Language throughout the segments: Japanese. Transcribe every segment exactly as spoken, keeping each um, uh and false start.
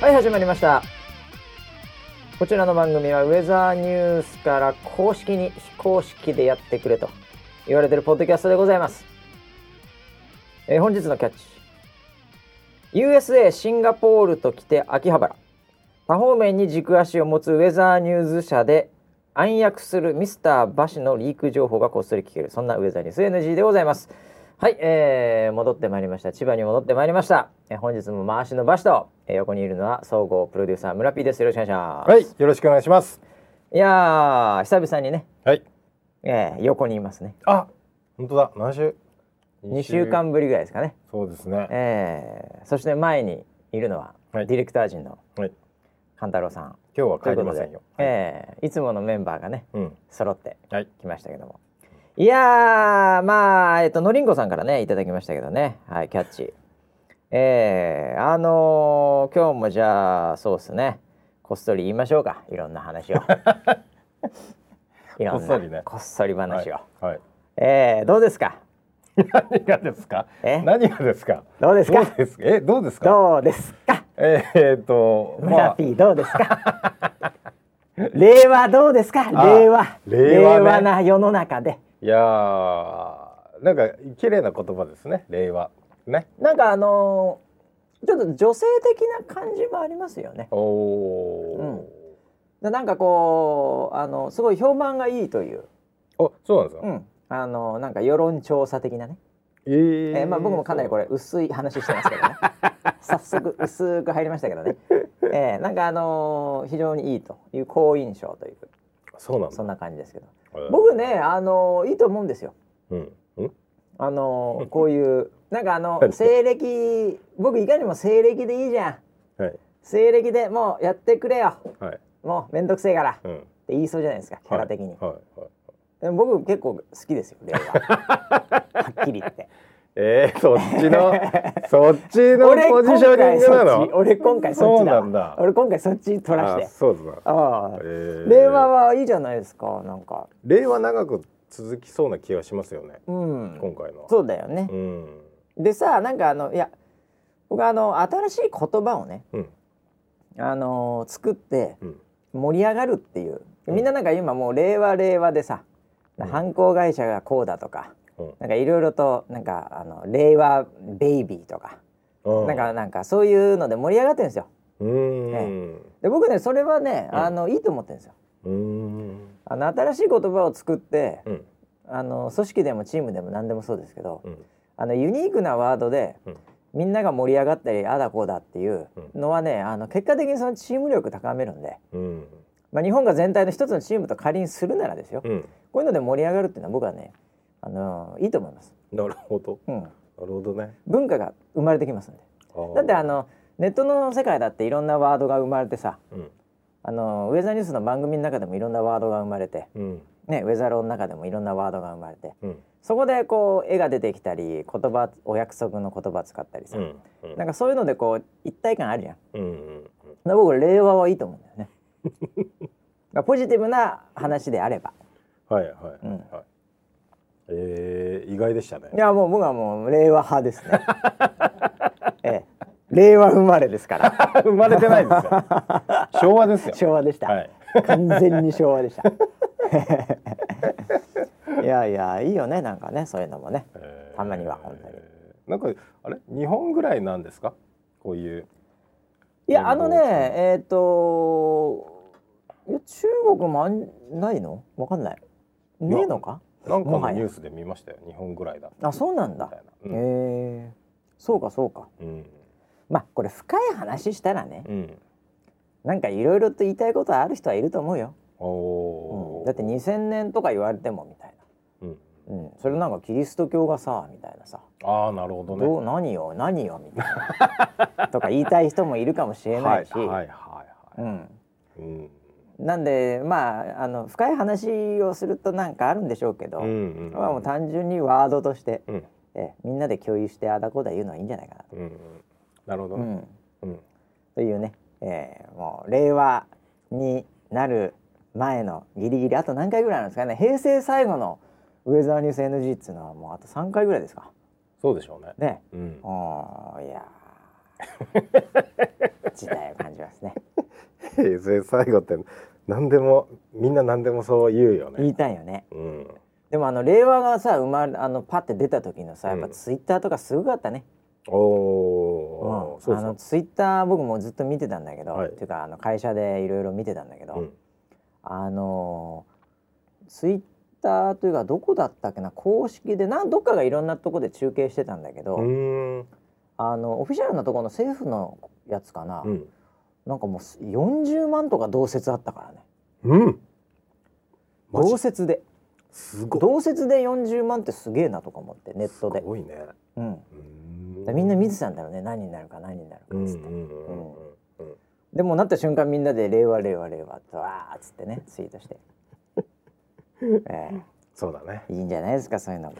はい、始まりました。こちらの番組はウェザーニュースから公式に非公式でやってくれと言われているポッドキャストでございます。えー、本日のキャッチ、 ユーエスエー シンガポールと来て秋葉原、多方面に軸足を持つウェザーニューズ社で暗躍するミスターバシのリーク情報がこっそり聞ける、そんなウェザーニュース エヌジー でございます。はい、えー、戻ってまいりました。千葉に戻ってまいりました。えー、本日も回しのバシと、えー、横にいるのは総合プロデューサー村 P です。よろしくお願いします。 はい、よろしくお願いします。 いやー、久々にね、 はい、 えー、横にいますね。 あ、本当だ。何週？ にしゅうかんぶりぐらいですかね。 そうですね。 えー、そして前にいるのは、はい、ディレクター陣の勘太郎さん。 今日は帰りませんよ。 い、えー、いつものメンバーがね、うん、揃ってきましたけども、はい、いやー、まあ、えっとのりんこさんからねいただきましたけどね、はい、キャッチ、えー、あのー、今日もじゃあそうですね、こっそり言いましょうか、いろんな話をいろんなこっそりね、こっそり話を、はいはい、えー、どうですか？ 何がですか？え、何がですか？ どうですか？ どうですえ、どうですか？ どうですか？ えー、っと、 村 P どうですか？令和どうですか？令和、令和、ね、令和な世の中で。 いやー、なんか綺麗な言葉ですね、令和ね。 なんかあのー、ちょっと女性的な感じもありますよね。 おー、 うん、なんかこうあのすごい評判がいいという。 あ、そうなんですか？ うん、あのなんか世論調査的なね。えーえー、まあ僕もかなりこれ薄い話してますけどね。早速薄く入りましたけどね。えー、なんかあのー、非常にいいという好印象という。 そうなんだ。 そんな感じですけど。僕ね、あのー、いいと思うんですよ。 うん。うん、 あのー、こういうなんかあの西暦、僕いかにも西暦でいいじゃん。はい、西暦でもうやってくれよ。はい、もうめんどくせえから、うん、って言いそうじゃないですか、キャラ的に。はいはいはい、でも僕結構好きですよ、令和。はっきり言って。 えー、そっちのそっちのポジショニングなの？ 俺今回そっちだ。そうなんだ。俺今回そっち取らして。 あ、そうだ。 あ、えー、令和はいいじゃないですか。なんか令和長く続きそうな気がしますよね。うん、今回の。 そうだよね。うん、でさ、なんかあのいや僕あの新しい言葉をね、うん、あの作って盛り上がるっていう、うん、みんななんか今もう令和令和でさ、うん、犯行会社がこうだとか。なんかいろいろとなんかあの令和ベイビーとか、うん、なんかなんかそういうので盛り上がってるんですよ。うん、ね、で僕ねそれはね、うん、あのいいと思ってるんですよ。うん、あの新しい言葉を作って、うん、あの組織でもチームでも何でもそうですけど、うん、あのユニークなワードで、うん、みんなが盛り上がったりあだこうだっていうのはね、あの結果的にそのチーム力高めるんで、うん、まあ、日本が全体の一つのチームと仮にするならですよ、うん、こういうので盛り上がるっていうのは僕はね、あのいいと思います。 なるほど、うん、なるほどね。 文化が生まれてきますんで。だってあのネットの世界だっていろんなワードが生まれてさ、うん、あのウェザーニュースの番組の中でもいろんなワードが生まれて、うんね、ウェザーローの中でもいろんなワードが生まれて、うん、そこでこう絵が出てきたり言葉お約束の言葉使ったりさ、うんうん、なんかそういうのでこう一体感あるじゃん、うんうんうん、僕令和はいいと思うんだよね。ポジティブな話であれば。 はいはい、うん、はい。えー、意外でしたね。 いやもう僕はもう令和派ですね。ええ、令和生まれですから。 生まれてないですよ。昭和ですよ。 昭和でした。はい、完全に昭和でした。いやいやいいよね、なんかね、そういうのもね、えー、たまには本当に。 なんかあれ日本ぐらいなんですか、こういう。 いやあのね、えっといや中国もあんないの？わかんない。ねえのか？ なんかのニュースで見ましたよ、日本ぐらいだ。 あ、そうなんだ。へ、うん、えー、そうかそうか。うん、まあこれ深い話したらね、うん、なんかいろいろと言いたいことある人はいると思うよ。お、うん、だってにせんねんとか言われてもみたいな、うんうん、それなんかキリスト教がさみたいなさ、 ああなるほどね、 どう何よ何よみたいなとか言いたい人もいるかもしれないし、はいはいはいはい、うんうん、なんでまああの深い話をするとなんかあるんでしょうけど、うんうんうん、まあもう単純にワードとして、うん、えみんなで共有してあだこだ言うのはいいんじゃないかなと。うんうん、 なるほど、ね、 うんうん、というね、えー、もう令和になる前のギリギリあと何回ぐらいなんですかね。平成最後のウェザーニュース エヌジー っていうのはもうあとさんかいぐらいですか。 そうでしょうね。 ね、うん、おいや自体を感じますね。 平成最後って何でもみんな何でもそう言うよね。 言いたいよね。 うん、 でもあの令和がさ生まれあのパッて出た時のさやっぱツイッターとかすごかったね。 うん、おー、 うん、あのツイッター僕もずっと見てたんだけど、 はい、 っていうかあの会社でいろいろ見てたんだけど、うん、あのツイッターというかどこだったっけな公式でなんどっかがいろんなとこで中継してたんだけど、うーんあのオフィシャルなところの政府のやつかな、うん、なんかもうよんじゅうまんとか同説あったからね。うん。同説で。すごい。同説でよんじゅうまんってすげえなとか思ってネットで。 すごいね。 うん。うんみんな見てたんだろうね。何になるか何になるかっつって。でもなった瞬間みんなで令和令和令和とわーっつってねツイートして。えー、 そうだね。 いいんじゃないですかそういうのも。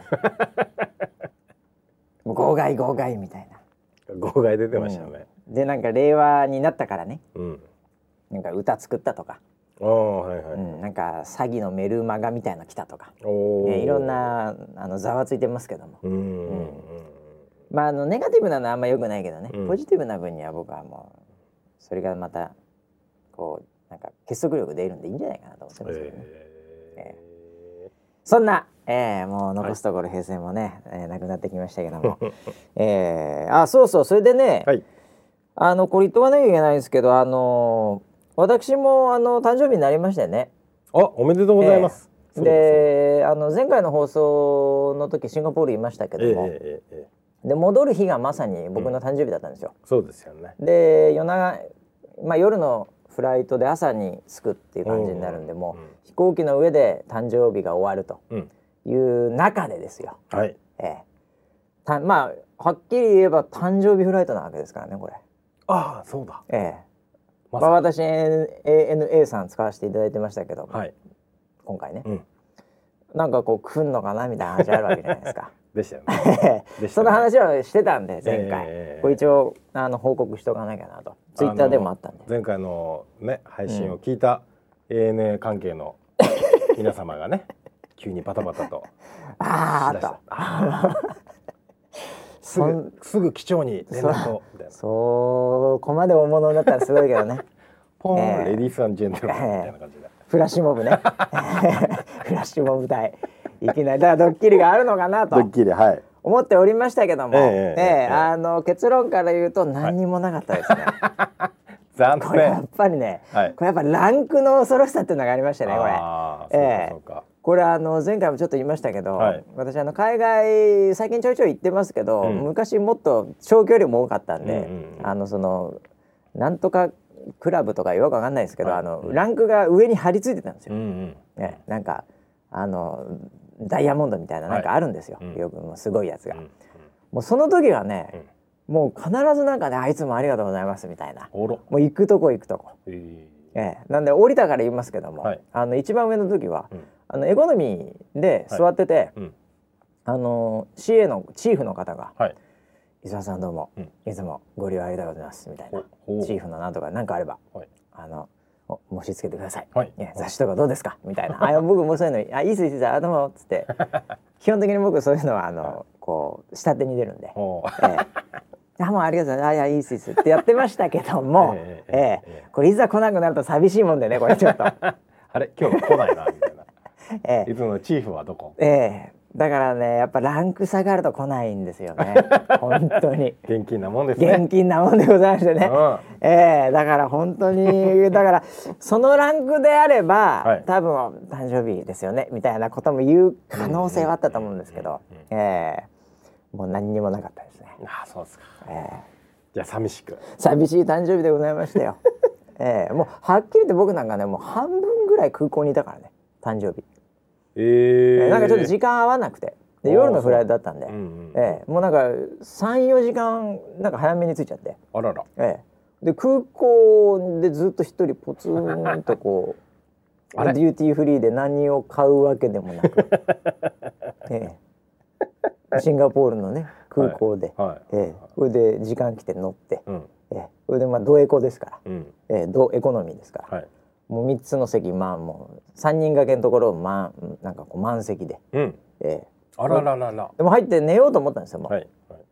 もう号外号外みたいな。 号外出てましたね、 うん、でなんか令和になったからね、うん、なんか歌作ったとか、はいはいうん、なんか詐欺のメルマガみたいなの来たとか、ね、いろんなあのざわついてますけども、うんうん、まああのネガティブなのはあんま良くないけどね、うん、ポジティブな分には僕はもうそれがまたこうなんか結束力出るんでいいんじゃないかなと思ってますけどね、えー、そんなえー、もう残すところ平成もね、はいえー、なくなってきましたけども、えー、あそうそうそれでね、はい、あのこれ言っとかなきゃいけないんですけどあの私もあの誕生日になりましてね。 あおめでとうございます。 えー、で、ね、あの前回の放送の時シンガポールいましたけども、えーえー、で戻る日がまさに僕の誕生日だったんですよ。 うん、そうですよね。 で夜な、まあ、夜のフライトで朝に着くっていう感じになるんで、うん、もう、うん、飛行機の上で誕生日が終わると。うんいう中でですよ。はい。ええ、たまあはっきり言えば誕生日フライトなわけですからねこれ。 ああそうだ。 ええ。まあ、私 エーエヌエー さん使わせていただいてましたけど、はい、今回ね、うん、なんかこう来んのかなみたいな話あるわけじゃないですか。 でしたよね。 でしたねその話はしてたんで前回、えー、これ一応あの報告しとかなきゃなとツイッターでもあったんで前回のね配信を聞いた エーエヌエー 関係の皆様がね急にバタバタとあーとあすぐすぐ機長に連絡をみたいなそこまで大物になったらすごいけどねポン、えー、レディース&ジェントルマンみたいな感じで、 えー、フラッシュモブねフラッシュモブ隊いきなりだからドッキリがあるのかなとドッキリはい思っておりましたけども、えーえーえー、あの結論から言うと何にもなかったですね、はい、 残念これやっぱりね、はい、これやっぱランクの恐ろしさっていうのがありましたねこれあー、えー、そうかそうかこれあの前回もちょっと言いましたけど、はい、私あの海外最近ちょいちょい行ってますけど、うん、昔もっと長距離も多かったんで、うんうんうん、あのそのなんとかクラブとかよくわかんないですけど、はい、あの、うん、ランクが上に張り付いてたんですよ、うんうんね、なんかあのダイヤモンドみたいななんかあるんですよ、はい、よくもうすごいやつが、うんうん、もうその時はね、うん、もう必ずなんかねあいつもありがとうございますみたいなもう行くとこ行くとこ、えーえー、なんで降りたから言いますけども、はい、あの一番上の時は、うんあのエコノミーで座ってて、はいうん、あの シーエー のチーフの方が、はい、伊沢さんどうも、うん、いつもご利用ありがとうございますみたいなチーフのなんとか何かあれば、はい、あの申し付けてください、はい、雑誌とかどうですかみたいなあ僕もそういうのあいいですいいですあどうもっつって基本的に僕そういうのはあのこう下手に出るんで、えー、あもうありがとうございますあいやいいですいいですってやってましたけども、えーえーえー、これいざ来なくなると寂しいもんでねこれちょっとあれ今日来ないなみたいなええ、いつものチーフはどこ？ ええ、だからねやっぱランク下がると来ないんですよね本当に現金なもんですね現金なもんでございましてね、うん、ええ、だから本当にだからそのランクであれば、はい、多分誕生日ですよねみたいなことも言う可能性はあったと思うんですけど、ええ、もう何にもなかったですね。 ああそうですか、ええ、じゃあ寂しく寂しい誕生日でございましたよええ、もうはっきり言って僕なんかねもう半分ぐらい空港にいたからね誕生日えー、なんかちょっと時間合わなくてで夜のフライトだったんで、うんうん、えー、もうなんか さん,よ 時間なんか早めに着いちゃってあらら、 えー、で空港でずっと一人ポツンとこうデューティーフリーで何を買うわけでもなく、えー、シンガポールのね空港で、はいはいえー、それで時間来て乗って、うんえー、それでまあドエコですから、うんえー、ドエコノミーですから、はいもうみっつの席まあもうさんにん掛けのところまあなんかこう満席で、うんえー、 あららららでも入って寝ようと思ったんですよもう、はいはい、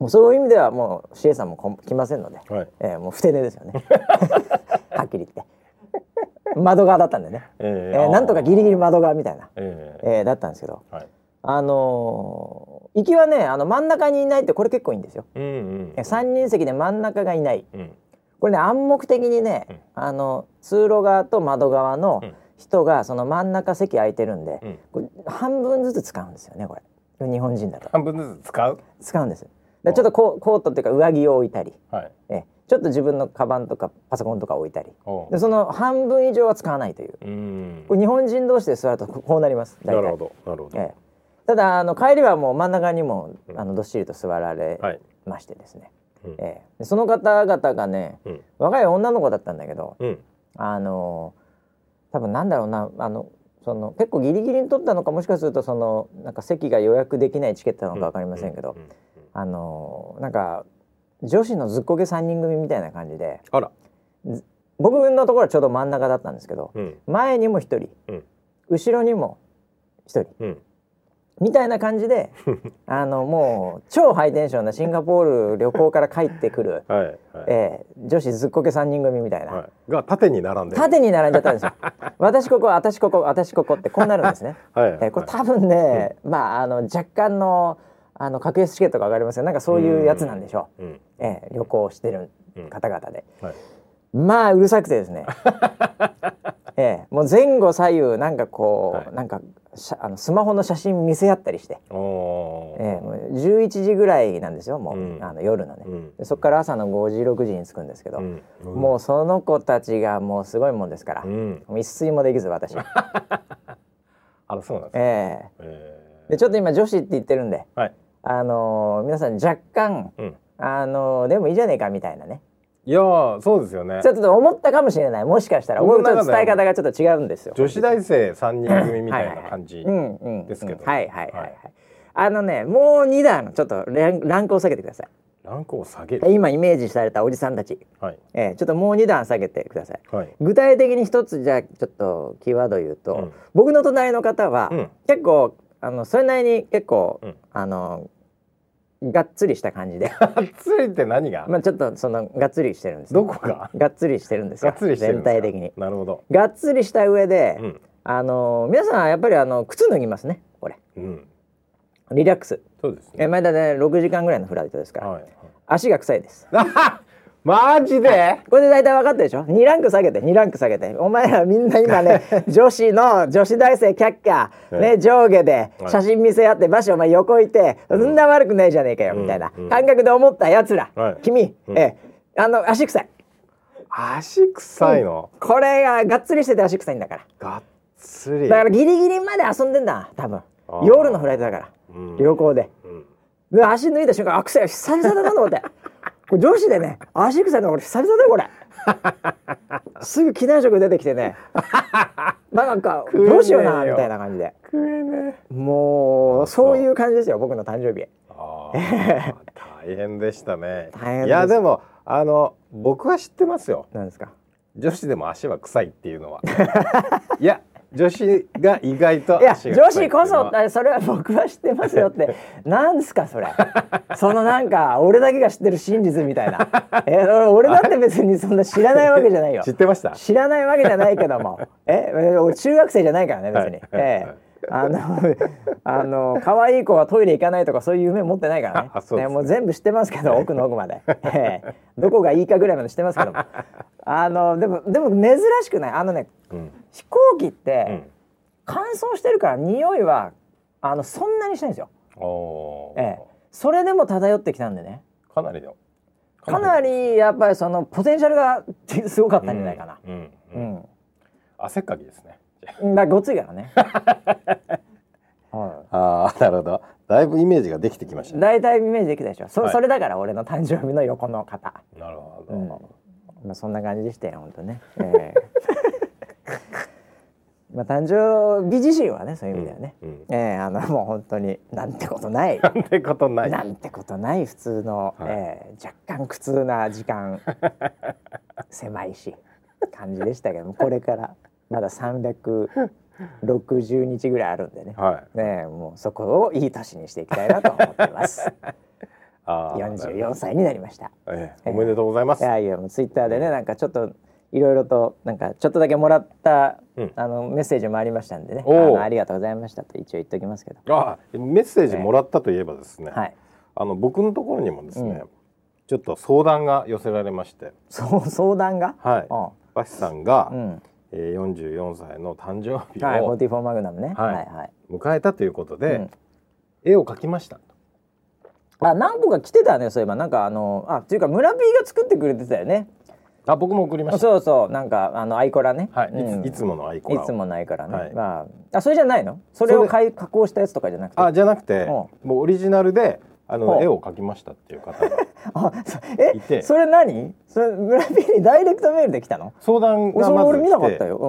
もうそういう意味ではもう シーエー さんも来ませんので、はい、えー、もう不定ですよねはっきり言って窓側だったんでね、えーえー、なんとかギリギリ窓側みたいな、えーえー、だったんですけど、はい、あのー、行きはねあの真ん中にいないってこれ結構いいんですよ、うんうんうん、さんにん席で真ん中がいない、うん、これね暗黙的にね、うん、あの通路側と窓側の人がその真ん中席空いてるんで、うん、これ半分ずつ使うんですよねこれ日本人だと半分ずつ使う使うんです。でちょっとコートっていうか上着を置いたり、はい、えちょっと自分のカバンとかパソコンとか置いたりでその半分以上は使わないという、うんこれ日本人同士で座るとこうなります大体。 なるほどなるほど、えただあの帰りはもう真ん中にも、うん、あのどっしりと座られましてですね、はい、えー、その方々がね、うん、若い女の子だったんだけど、うん、あの多分なんだろうなあのその結構ギリギリに取ったのかもしかするとそのなんか席が予約できないチケットなのか分かりませんけど、うんうんうん、あのなんか女子のずっこけさんにん組みたいな感じで、あら僕のところはちょうど真ん中だったんですけど、うん、前にもひとり、うん、後ろにもひとり、うん、みたいな感じであのもう超ハイテンションなシンガポール旅行から帰ってくる、はいはい、えー、女子ずっこけさんにん組みたいな、はい、 が縦に並んで縦に並んじゃったんですよ私ここ私ここ私ここってこうなるんですねはい、えー、これ多分ね、うん、まああの若干のあの格安チケットが上がりますよ。なんかそういうやつなんでしょう、うん、えー、旅行してる方々で、うん、はい、まあうるさくてですねえー、もう前後左右なんかこう、はい、なんかあのスマホの写真見せ合ったりして、えー、もうじゅういちじぐらいなんですよもう、うん、あの夜のね、うん、でそこから朝のごじろくじに着くんですけど、うんうん、もうその子たちがもうすごいもんですから、うん、もう一睡もできず私あらそうなんですか、 えーえー、でちょっと今女子って言ってるんで、はい、あのー、皆さん若干、うん、あのー、でもいいじゃねえかみたいなね、 いやそうですよね。 ちょっと思ったかもしれない。もしかしたら僕の伝え方がちょっと違うんですよ。 女子大生さんにん組みたいな感じですけど。 はいはいはいはい。あのねもうに段ちょっとランクを下げてください。 ランクを下げる。 今イメージされたおじさんたち、はい、えー、ちょっともうに段下げてください。はい、具体的に一つじゃあちょっとキーワード言うと、うん、僕の隣の方は、うん、結構あのそれなりに結構、うん、あのがっつりした感じでがっつりって何が、 まあちょっとそのがっつりしてるんです。 どこががっつりしてるんですよ。 がっつりしてるんですか。 全体的に。 なるほど。 がっつりした上で、うん、あの皆さんやっぱりあの靴脱ぎますねこれ、うん、リラックス。 そうですね。 えまだねろくじかんぐらいのフライトですから、はいはい、足が臭いですマジでこれで大体分かったでしょ。にランク下げてにランク下げてお前らみんな今ね女子の女子大生キャッキャ、ね、上下で写真見せ合ってバシお前横いて、うん、そんな悪くないじゃねえかよ、うん、みたいな感覚で思ったやつら、うん、君、うん、えあの足臭い足臭いの、 うん、これががっつりしてて足臭いんだからがっつりだからギリギリまで遊んでんだ多分夜のフライトだから、うん、旅行で、うん、で足脱いだ瞬間あ臭いよ久々だなと思ってこれ女子でね足臭いのこれ久々だよこれすぐ機内食出てきてねなんかどうしようなみたいな感じで食えねえもうそういう感じですよ僕の誕生日。 あ大変でしたね。大変です。いやでもあの僕は知ってますよ。 何ですか。 女子でも足は臭いっていうのはいや女子が意外と足が臭い。いや女子こそそれは僕は知ってますよってなんですかそれそのなんか俺だけが知ってる真実みたいなえ俺だって別にそんな知らないわけじゃないよ。 知ってました。 知らないわけじゃないけどもえ俺中学生じゃないからね別に、はいえーあのあの可愛い子はトイレ行かないとかそういう夢持ってないからね。ねねもう全部知ってますけど奥の奥まで、えー、どこがいいかぐらいまで知ってますけどもあのでもでも珍しくないあのね、うん、飛行機って、うん、乾燥してるから匂いはあのそんなにしないんですよ。お、えー、それでも漂ってきたんでねかなりよかなりやっぱりそのポテンシャルがすごかったんじゃないかな。うんうんうんうん、汗っかきですね。 だごついからねはい、ああなるほどだいぶイメージができてきましたね。 だいたいイメージできたでしょ そ,、はい、それだから俺の誕生日の横の方。 なるほど、 うんまあ、そんな感じでしたよ本当ね、えーまあ、誕生日自身はねそういう意味ではね、うんうんえー、あのもう本当になんてことないなんてことないなんてことない普通の、はいえー、若干苦痛な時間狭いし感じでしたけどもこれからまださんびゃくろくじゅうにちぐらいあるんでね、はい、ねもうそこをいい年にしていきたいなと思ってますよんじゅうよんさいになりました。 ええ、おめでとうございます。 いやいや、もうツイッターでね、なんかちょっといろいろとなんかちょっとだけもらった、うん、あのメッセージもありましたんでね、あのありがとうございましたと一応言っておきますけど。 あ、メッセージもらったといえばですね、 えーはい、 あの僕のところにもですね、うん、ちょっと相談が寄せられまして。 そう相談が？ はい。バシさんが、うん、えー、よんじゅうよんさいの誕生日を、 はい、フォーティーフォーマグナムね、 はいはいはい、迎えたということで、うん、絵を描きました。 あ、何個か来てたね、そういえば。なんかあのあっていうか村 P が作ってくれてたよね。 あ、僕も送りました。 そうそう、なんかあのアイコラね、 はい、うん、い, ついつものアイコラいつものアイコラね、はい、まあ、あ、それじゃないの？それを加工したやつとかじゃなくて？ あ、じゃなくて、うん、もうオリジナルであの絵を描きましたっていう方があ、え、いて、それ何？それ村 P にダイレクトメールで来たの？ 相談がまず来て、 それ俺見なかったよ、うん、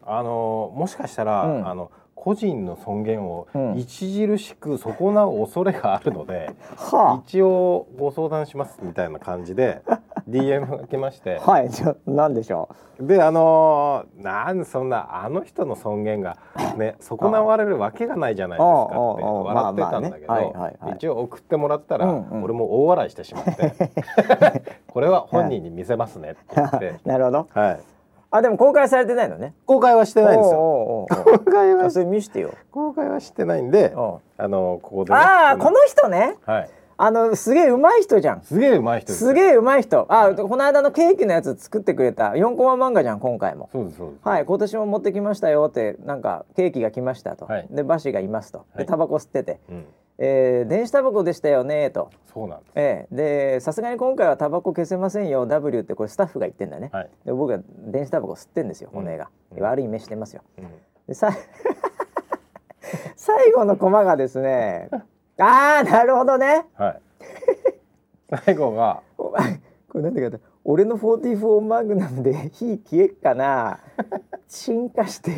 あのもしかしたら、うん、あの個人の尊厳を著しく損なう恐れがあるので、うん、一応ご相談しますみたいな感じでディーエム が来ましてはい、じゃ何でしょう。で、あのー、なんそんなあの人の尊厳がね損なわれるわけがないじゃないですかって笑ってたんだけど、一応送ってもらったら、うんうん、俺も大笑いしてしまってこれは本人に見せますねって言ってなるほど、 はい、 あ、でも公開されてないのね。 公開はしてないんですよ。 おうおうおう公開はそれ見してよ。 公開はしてないんで、あのここで、ね、 ああ、この人ね、 はい、 あのすげえ上手い人じゃん。 すげえ上手い人です。 すげえ上手い人。あ、この間のケーキのやつ作ってくれたよんコマ漫画じゃん今回も。 そうですそうです。 はい、今年も持ってきましたよって、なんかケーキが来ましたと、はい、でバシがいますと、でタバコ吸ってて、うん、えー、電子タバコでしたよねと。 そうなんです。 えー、でさすがに今回はタバコ消せませんよ ダブリュー ってこれスタッフが言ってんだね、はい、で僕が電子タバコ吸ってんですよ、骨が、うん、悪い目してますよ、うん、でさ最後のコマがですねあーなるほどね、 はい、最後がこれなんでかって、俺のフォーティーフォーマグナムで火消えっかな鎮火して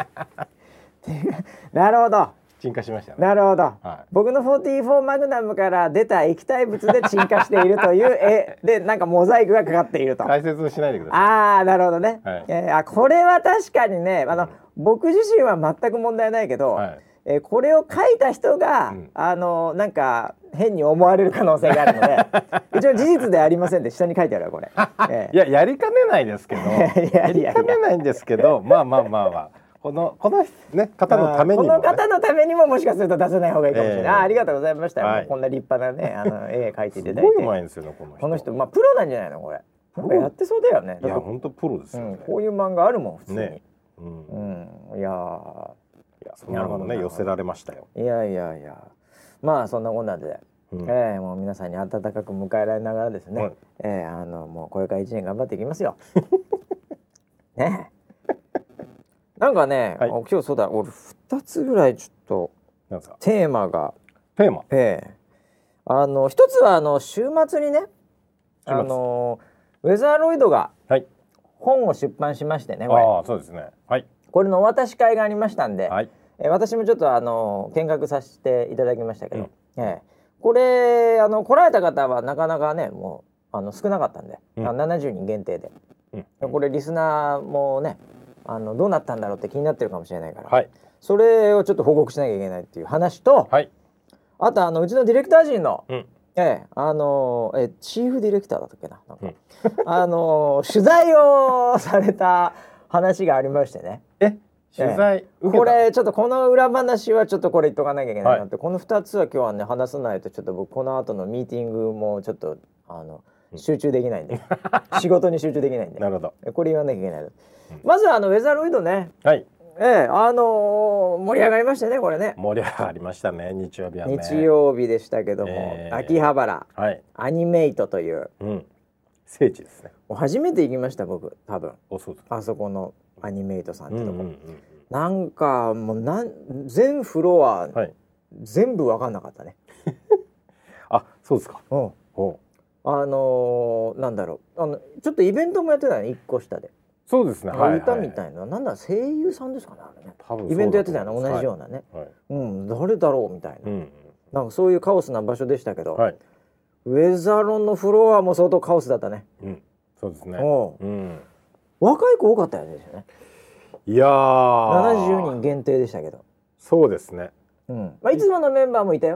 なるほど、 鎮火しましたね。 なるほど、はい、僕のフォーティーフォーマグナムから出た液体物で鎮火しているという絵で、なんかモザイクがかかっていると。 解説をしないでください。 ああ、なるほどね、はい、えー、あ、これは確かにね、あの、うん、僕自身は全く問題ないけど、はい、えー、これを書いた人が、うん、あのなんか変に思われる可能性があるので一応事実ではありませんで下に書いてあるわこれ、 えー、いややりかねないですけどやりかねないんですけどまあまあまあまあこのこの、ね、方のためにも、ね、 この方のためにももしかすると出さない方がいいかもしれない、えー、あ, ありがとうございました、はい、こんな立派なねあの絵描いていただいてすごいうまいんですよねこの人。 この人、まあ、プロなんじゃないのこれ。なんかやってそうだよね。 いや本当プロですよね、うん、 こういう漫画あるもん普通に、ね、 うんうん、いやー、 いやそんなのね寄せられましたよ。 いやいやいや、まあそんなこんなで、うん、えー、もう皆さんに温かく迎えられながらですね、はい、えー、あのもうこれからいちねん頑張っていきますよねえなんかね、はい、今日そうだ、俺ふたつぐらいちょっとなんですかテーマがテーマ、 えー、あの一つはあの週末にね、あのウェザーロイドが本を出版しましてね、 はい、ああそうですね、はい、 これのお渡し会がありましたんで、 はい、 えー、私もちょっとあの見学させていただきましたけど、うん、えー、これあの来られた方はなかなかねもうあの少なかったんで、うん、ななじゅうにん限定で、うん、これリスナーもねあのどうなったんだろうって気になってるかもしれないから、はい、それをちょっと報告しなきゃいけないっていう話と、はい、あとあのうちのディレクター陣の、うん、えー、あのー、えチーフディレクターだったっけな、なんか、うん、あのー、取材をされた話がありましてね。 え取材、えー、 これちょっとこの裏話はちょっとこれ言っとかなきゃいけないなって、はい、このふたつは今日はね話さないとちょっと僕この後のミーティングもちょっとあの集中できないんで、うん、仕事に集中できないんでなるほど、 これ言わなきゃいけない、うん、まずはあのウェザーロイドね、はい、ええ、あのー、盛り上がりましたねこれね。 盛り上がりましたね日曜日はね。 日曜日でしたけども、えー、秋葉原、はい、アニメイトという、 うん、聖地ですね。 初めて行きました僕多分。 おそうです。 あそこのアニメイトさんってとこ、うんうんうん、なんかもうなん全フロア、はい、全部分かんなかったねあそうですか。 うん、おあのー、なんだろうあのちょっとイベントもやってたねいっこ下で。 そうですね。 歌みたいな、はいはい、なんだ声優さんですかねあれね。多分イベントやってたよね同じようなね、はいはい、うん、誰だろうみたいな、うん、なんかそういうカオスな場所でしたけど、はい、ウェザロンのフロアも相当カオスだったね。 うん、そうですね。おう、うん、 若い子多かったよね。 いやーななじゅうにん限定でしたけど。 そうですね。 うん、まあ、いつものメンバーもいたよ。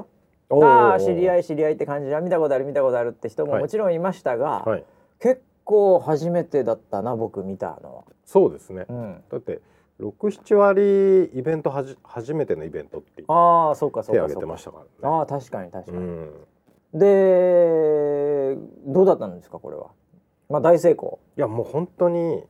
ああ知り合い知り合いって感じで見たことある見たことあるって人ももちろんいましたが、はいはい、結構初めてだったな僕見たのは。 そうですね、うん、だってろく、なな割イベントはじ初めてのイベントってああそうかそうか手挙げてましたからね。 ああ確かに確かに、うん、でどうだったんですかこれは。まあ大成功。 いやもう本当に、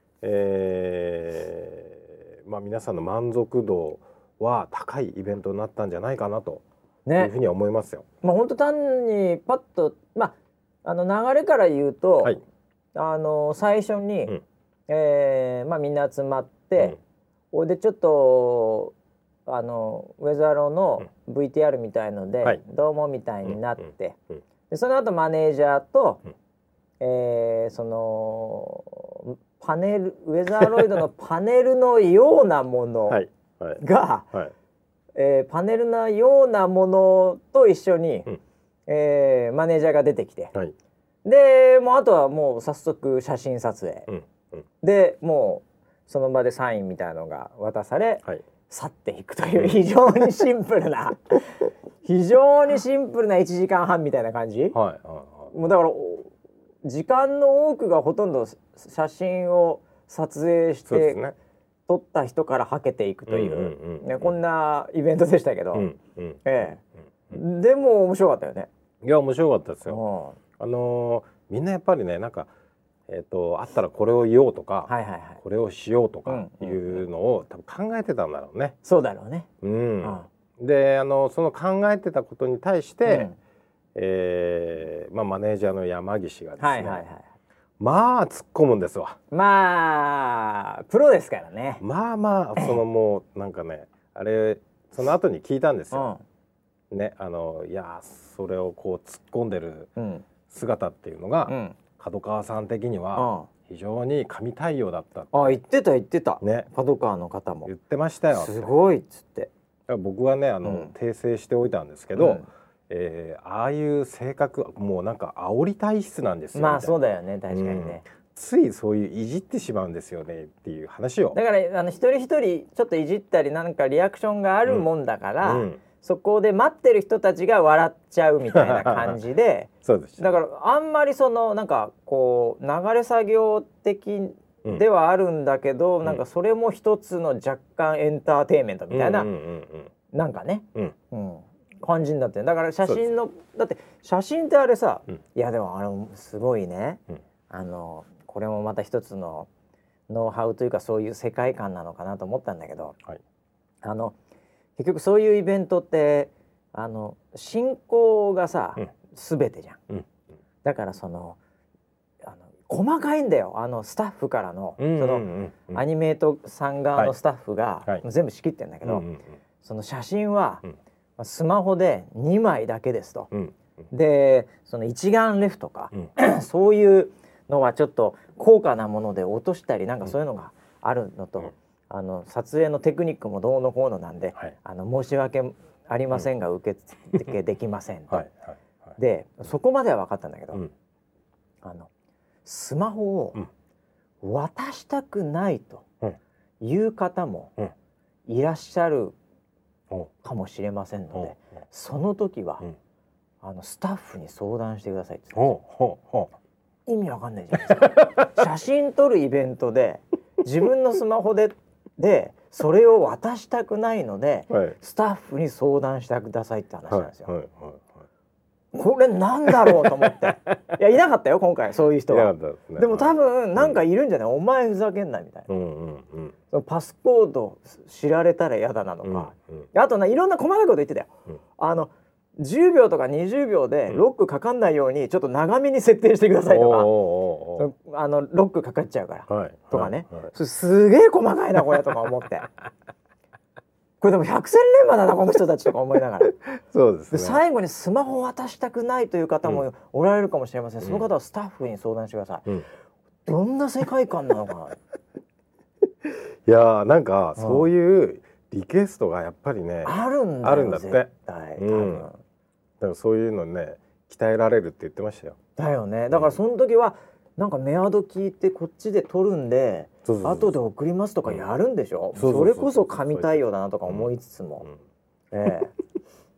えー、まあ皆さんの満足度は高いイベントになったんじゃないかなというふうには思いますよ。 ね、まあ本当単にパッとまああの流れから言うと、はい、あの最初に、うん、えー、まあみんな集まって、うん、でちょっとあのウェザロの ブイティーアール みたいので、はい、どうもみたいになって、うんうん、でその後マネージャーと、うん、えー、そのパネルウェザーロイドのパネルのようなものが、はいはいはい、えー、パネルのようなものと一緒に、うん、えー、マネージャーが出てきて、はい、でもうあとはもう早速写真撮影、うんうん、でもうその場でサインみたいなのが渡され、はい、去っていくという非常にシンプルな非常にシンプルないちじかんはんみたいな感じ、はいはいはい、もうだから時間の多くがほとんど写真を撮影して撮った人からはけていくというね、こんなイベントでしたけど、うんうん、ええ、でも面白かったよね。 いや面白かったですよ。あのー、みんなやっぱりねなんか、えーと、あったらこれを言おうとか、はいはいはい、これをしようとかいうのを多分考えてたんだろうね。 そうだろうね。 うん、うん、であのその考えてたことに対して、うん、えーまあ、マネージャーの山岸がですね、はいはいはい、まあ突っ込むんですわ。 まあプロですからね。 まあまあそのもうなんかねあれその後に聞いたんですよ、うん、ね、あのいやそれをこう突っ込んでる姿っていうのが、うん、角川さん的には非常に神対応だったって、 あ言ってた言ってた、ね、角川の方も言ってましたよ。 すごいっつって。 僕はねあの、うん、訂正しておいたんですけど、うん、えー、ああいう性格もうなんか煽り体質なんですよ。 まあそうだよね確かにね、うん、 ついそういういじってしまうんですよねっていう話を。 だからあの一人一人ちょっといじったりなんかリアクションがあるもんだから、うんうん、そこで待ってる人たちが笑っちゃうみたいな感じでそうです。 だからあんまりそのなんかこう流れ作業的ではあるんだけど、うん、なんかそれも一つの若干エンターテインメントみたいな、うんうんうんうん、なんかね、うんうん、感じになってる。だから写真のだって写真ってあれさ、うん、いやでもあのすごいね、うん、あのこれもまた一つのノウハウというかそういう世界観なのかなと思ったんだけど、はい、あの結局そういうイベントってあの進行がさ、うん、全てじゃん、うん、だからそのあの細かいんだよあのスタッフからの、うんうんうんうん、そのアニメートさん側のスタッフが、はい、全部仕切ってんだけど、うんうんうん、その写真は、うん、スマホでにまいだけですと、うん、でその一眼レフとか、うん、そういうのはちょっと高価なもので落としたりなんかそういうのがあるのと、うん、あの撮影のテクニックもどうのこうのなんで、はい、あの申し訳ありませんが、うん、受付できませんと、はいはいはい、でそこまでは分かったんだけど、うん、あのスマホを渡したくないという方もいらっしゃるかもしれませんので、うん、その時は、うん、あのスタッフに相談してくださいって言ってたんですよ。意味わかんないじゃないですか写真撮るイベントで自分のスマホででそれを渡したくないので、はい、スタッフに相談してくださいって話なんですよ、はいはいはいはい、これなんだろうと思っていやいなかったよ今回そういう人は。で, ね、でも多分なんかいるんじゃない、うん、お前ふざけんなみたいな、うんうんうん、そのパスコード知られたら嫌だなのか、うんうん、あとないろんな細かいこと言ってたよ、うん、あのじゅうびょうとかにじゅうびょうでロックかかんないようにちょっと長めに設定してくださいとか、うん、あのロックかかっちゃうから、はい、とかね、はいはい、それすげえ細かいなこれとか思ってこれでも百戦錬磨だなこの人たちとか思いながらそうですね、 で最後にスマホを渡したくないという方もおられるかもしれません、うん、その方はスタッフに相談してください、うん、どんな世界観なのかないやーなんかそういうリクエストがやっぱりねあるんだよ、 あるんだって絶対多分、うん、 だからそういうのね鍛えられるって言ってましたよ。 だよね。だからその時はなんかメアド聞いてこっちで撮るんで後で送りますとかやるんでしょ、うん、それこそ神対応だなとか思いつつも、うん、ええ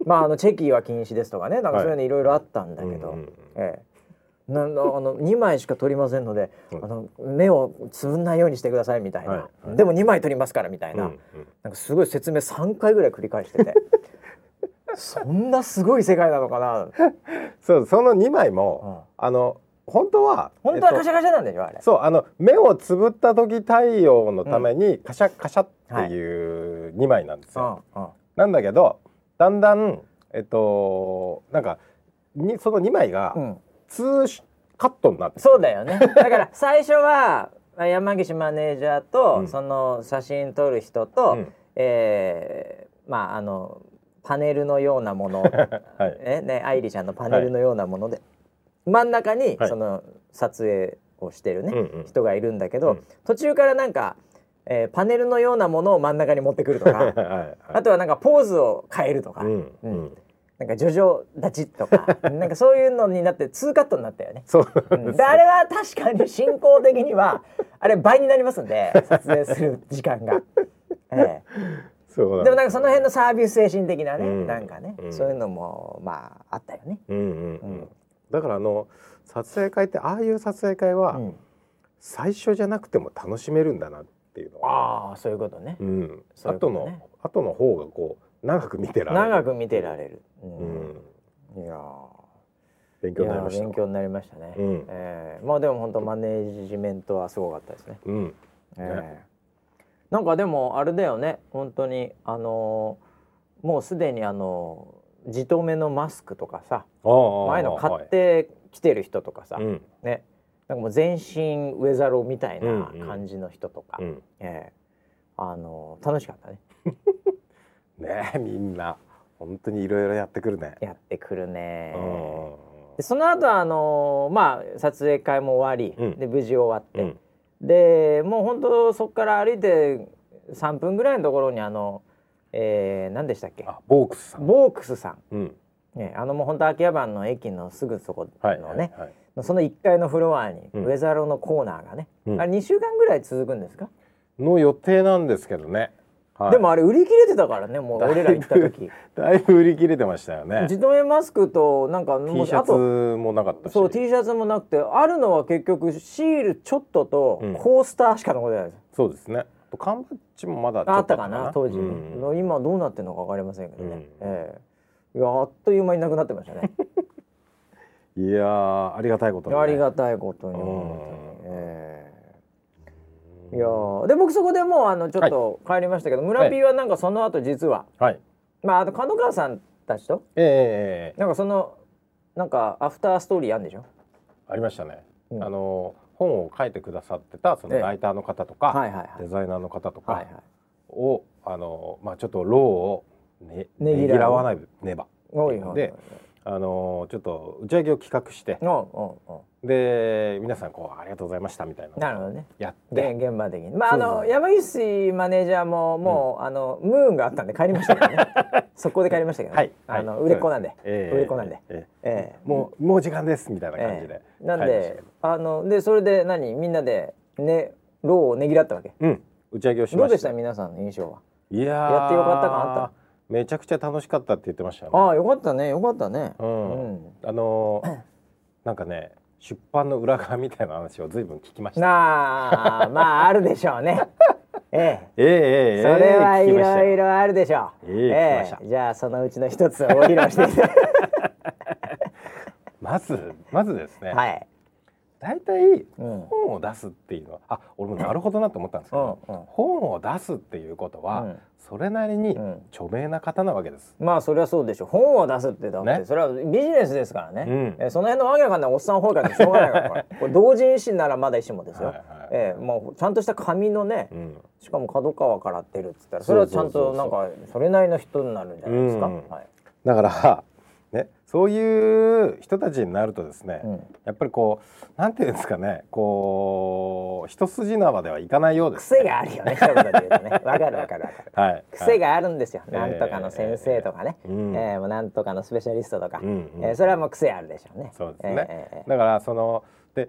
まああのチェキは禁止ですとかね、なんかそういうのいろいろあったんだけど、はい、ええ、なあのにまいしか撮りませんので、うん、あの目をつぶんないようにしてくださいみたいな、はいはい、でもにまい撮りますからみたいな、うんうん、なんかすごい説明さんかいぐらい繰り返しててそんなすごい世界なのかなそう、そのにまいも、うん、あの本当は本当はカシャカシャなんでしょ、あれ。 そう、あの目をつぶった時対応のためにカシャカシャっていうにまいなんですよ、はい、うんうん、なんだけどだんだんえっとなんかにそのにまいがツーカットになって、 そうだよね。だから最初は山岸マネージャーと、うん、その写真撮る人と、うん、えー、まああのパネルのようなもの、はい、えね、愛梨ちゃんのパネルのようなもので、はい、真ん中にその撮影をしてるね、はい、人がいるんだけど、うん、途中からなんか、えー、パネルのようなものを真ん中に持ってくるとか、はい、はい、あとはなんかポーズを変えるとか、うんうん、なんかジョジョ立ちとかなんかそういうのになってツーカットになったよね。 そうなんです、 であれは確かに進行的にはあれ倍になりますんで撮影する時間が、ええ、そうなんです。でもなんかその辺のサービス精神的なね、うん、なんかね、うん、そういうのもまああったよね、うんうんうんうん、だからあの撮影会ってああいう撮影会は、うん、最初じゃなくても楽しめるんだなっていうのは、ああそういうことね、うん、 そういうことね、後の後の方がこう長く見てられる、 長く見てられる、うんうん、いや勉強になりました。 勉強になりましたね、うん、えー、まあでも本当マネージメントはすごかったですね、うん、えーね、なんかでもあれだよね、本当にあのー、もうすでにあのー、じとめのマスクとかさ、前の買ってきてる人とかさ、はい、ね、なんかもう全身ウェザロみたいな感じの人とか、うんうん、えー、あのー、楽しかったねねえ、みんな本当にいろいろやってくるね。 やってくるね。でその後あのー、まあ撮影会も終わり、うん、で無事終わって、うん、でもう本当そこから歩いてさんぷんぐらいのところにあの、えー、何でしたっけ、 あ、ボークスさん、 ボークスさん、うん、ね、あのもう本当秋葉原の駅のすぐそこのね、はいはいはい、そのいっかいのフロアに、うん、ウェザロのコーナーがね、うん、あれにしゅうかんぐらい続くんですかの予定なんですけどね。 はい、でもあれ売り切れてたからね、もう俺ら行った時だいぶ売り切れてましたよね。 じとめマスクとなんか T シャツもなかったし、 そう T シャツもなくて、あるのは結局シールちょっととコースターしか残ってないです、うん、 そうですね。缶バッジもまだちょっとあったかな当時、うん、今どうなってるのか分かりませんけどね、うん、えー、いやあっという間になくなってましたねいやー、ありがたいことに、ね、 ありがたいことに、うん、えーいやで僕そこでもうあのちょっと帰りましたけど、はい、村 P はなんかその後実は、はい、まああと角川さんたちと、えー、なんかそのなんかアフターストーリーあるんでしょ。 ありましたね、うん、あの本を書いてくださってたそのライターの方とか、えーはいはいはい、デザイナーの方とかを、はいはい、あのまあちょっと労をねねぎらわないねばで、あのちょっと打ち上げを企画して、おうおうおう、で皆さんこうありがとうございましたみたいな、なるほどね、やって現場的に、まああの山岸マネージャーももう、うん、あのムーンがあったんで帰りましたけどね速攻で帰りましたけどね、はい、あの売れっ子なんで、えー、売れっ子なんで、えーえー、 もうもう時間ですみたいな感じで、 えー、なんであのでそれで何みんなでね労をねぎらったわけ、 うん、打ち上げをしました。 どうでした皆さんの印象は。 いややってよかった感あった。 めちゃくちゃ楽しかったって言ってましたよね。 ああよかったねよかったね、うんうん、あのー、なんかね出版の裏側みたいな話を随分聞きました。 なあまああるでしょうねええええええそれはいろいろあるでしょう。 ええええじゃあそのうちの一つをご披露していただまずまずですね、 はい、 大体本を出すっていうのは、あ、俺もなるほどなと思ったんですけど、うんうん、本を出すっていうことは、うん、それなりに著名な方なわけです、 うん、まあそれはそうでしょう。本を出すってだって、ね、それはビジネスですからね、うん、えその辺のわけわかんないおっさん方からしょうがないからこれ同人誌ならまだしもですよ、はいはい、えー、もうちゃんとした紙のね、うん、しかも角川から出るっつったらそれはちゃんとなんかそれなりの人になるんじゃないですか、うん、はい、 だからね、そういう人たちになるとですね、うん、やっぱりこうなんていうんですかね、こう一筋縄ではいかないようです、 ね、癖があるよね一言で言うとね、わかるわかるわかる、はい、癖があるんですよ、はい、なんとかの先生とかね、えーえー、もうなんとかのスペシャリストとか、うんうん、えー、それはもう癖あるでしょうね。 そうですね、えー、だからそので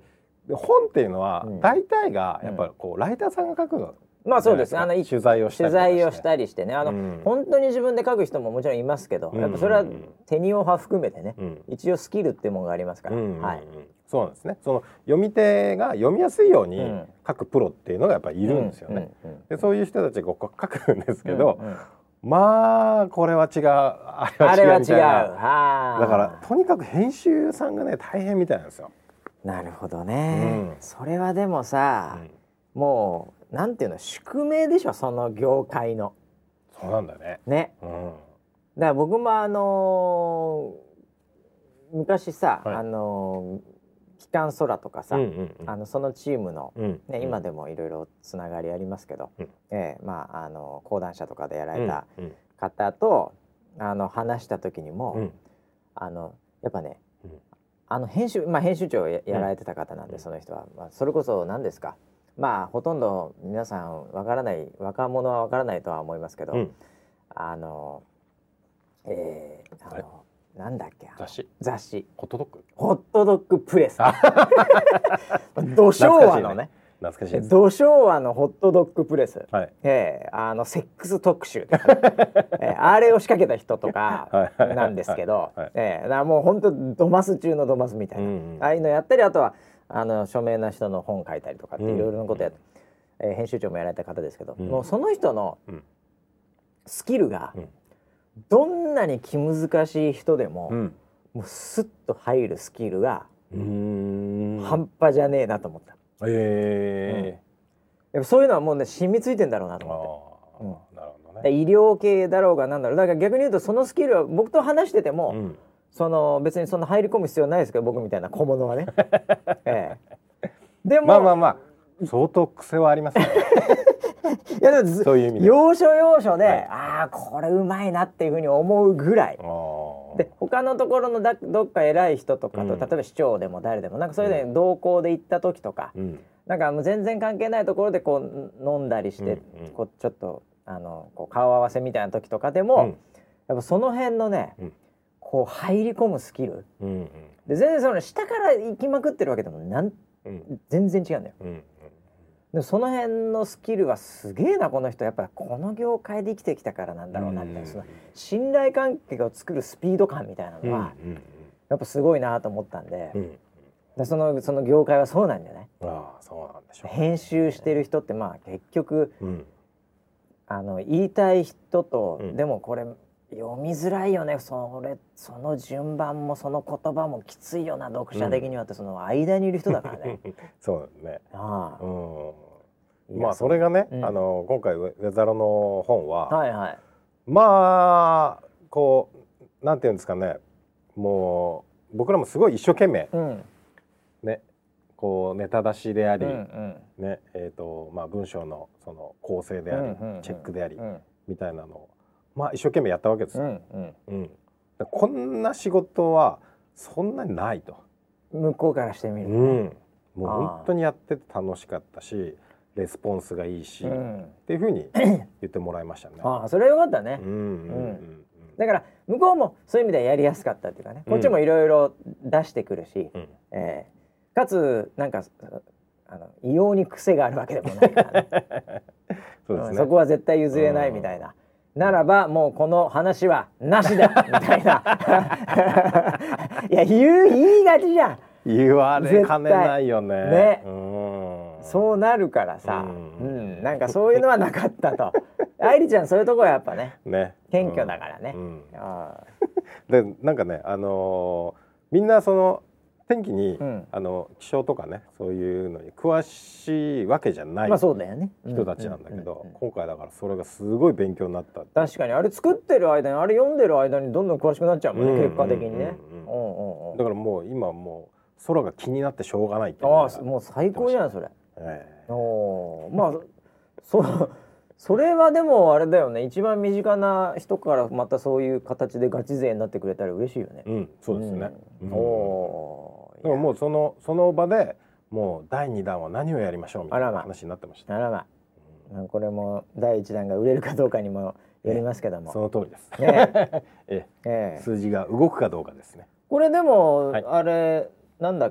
で本っていうのは、うん、大体がやっぱりこうライターさんが書く。 まあそうです。あの取材をしたり取材をしたりしてね、あの、うん、本当に自分で書く人ももちろんいますけど、うん、やっぱそれはテニオ派含めてね、うん、一応スキルっていうものがありますから、うん、はい。 そうなんですね。その読み手が読みやすいように書くプロっていうのがやっぱりいるんですよね。うんうんうん、でそういう人たちがこう書くんですけど、うんうん、まあこれは違う、あれは違うみたいな。だからとにかく編集さんがね大変みたいなんですよ。 なるほどね。うん、それはでもさ、うん、もうなんていうの宿命でしょ、その業界の。 そうなんだね。 ね。うん、だから僕もあのー、昔さ、はい、あのー機関空とかさ、うんうんうん、あのそのチームの、ねうん、今でもいろいろつながりありますけど、うん、えー、まああの講談社とかでやられた方と、うんうん、あの話した時にも、うん、あのやっぱね、うん、あの編集まあ編集長を や, やられてた方なんで、うん、その人は、まあ、それこそ何ですか、まあほとんど皆さんわからない若者はわからないとは思いますけど、うん、あのえー、あの、はい、なんだっけ雑誌雑誌ホットドッグホットドッグプレス土昭和のね懐かしいです。 土昭和のホットドッグプレス、はい、えー、あのセックス特集とか、ねえー、あれを仕掛けた人とかなんですけど、えー、だからもう本当ドマス中のドマスみたいな、うんうん、ああいうのやったり、あとはあの著名な人の本書いたりとかっていろいろなことやって、うんうん、えー、編集長もやられた方ですけど、うん、もうその人のスキルが、うん、どんなに気難しい人でも、うん、もうスッと入るスキルが半端じゃねえなと思った。えーうん、やっぱそういうのはもうね染みついてんだろうなと思って、うん、なるほどね、医療系だろうがなんだろう、だから逆に言うとそのスキルは僕と話してても、うん、その別にそんな入り込む必要ないですけど、僕みたいな小物はね、えー、でもまあまあまあ相当癖はありますねいやでもそういう意味で要所要所で、はい、ああこれうまいなっていうふうに思うぐらいで、他のところのだどっか偉い人とかと、うん、例えば市長でも誰でもなんかそれで同行で行った時とか、うん、なんかもう全然関係ないところでこう飲んだりして、うんうん、こうちょっとあのこう顔合わせみたいな時とかでも、うん、やっぱその辺のね、うん、こう入り込むスキル、うんうん、で全然その下から行きまくってるわけでもなん、うん、全然違うんだよ、うん、でその辺のスキルはすげえなこの人、やっぱりこの業界で生きてきたからなんだろうなみたいな、その信頼関係を作るスピード感みたいなのは、うんうん、やっぱすごいなと思ったんで、うん、でそのその業界はそうなんじゃない？ ああそうなんでしょう、ね、 編集してる人ってまあ結局、うん、あの言いたい人と、うん、でもこれ読みづらいよね、それその順番もその言葉もきついよな読者的にはって、うん、その間にいる人だからねそうだね、ああ、うん、まあそれがね、うん、あの今回ウェザロの本は、はいはい、まあこうなんていうんですかね、もう僕らもすごい一生懸命、うん、ねこうネタ出しであり、うんうん、ねえーとまあ、文章のその構成であり、うんうんうん、チェックであり、うん、みたいなのをまあ一生懸命やったわけですよ、うんうんうん、こんな仕事はそんなにないと、 向こうからしてみると、ね、 うん、もう本当にやってて楽しかったしレスポンスがいいし、うん、っていう風に言ってもらいましたね。 ああそれはよかったね、うんうんうんうん、だから向こうもそういう意味ではやりやすかったっていうかね、こっちもいろいろ出してくるし、うんえー、かつなんかあの異様に癖があるわけでもないからねそうですね、うん、そこは絶対譲れないみたいな、ならばもうこの話はなしだみたいないや言う言いがちじゃん、 言われかねないよね。ね、うん、 そうなるからさ、うん、うん、なんかそういうのはなかったと。愛理ちゃんそういうとこはやっぱね、ね、謙虚だからね。うん、あでなんかね、あのー、みんなその天気に、うん、あの気象とかねそういうのに詳しいわけじゃない人たちなんだけど、今回だからそれがすごい勉強になった。 確かにあれ作ってる間にあれ読んでる間にどんどん詳しくなっちゃうもんね、うん、結果的にね。 だからもう今もう空が気になってしょうがないっていう。 ああもう最高じゃんそれ。えー、おまあそうそれはでもあれだよね、一番身近な人からまたそういう形でガチ勢になってくれたら嬉しいよね。 うん、そうですね。うん、おでももうそのその場でもうだいにだんは何をやりましょうみたいな話になってました。 あらま、うん、これもだいいちだんが売れるかどうかにもよりますけども、 その通りです。ねええ、数字が動くかどうかですね。 これでも、はい、あれなんだっけ、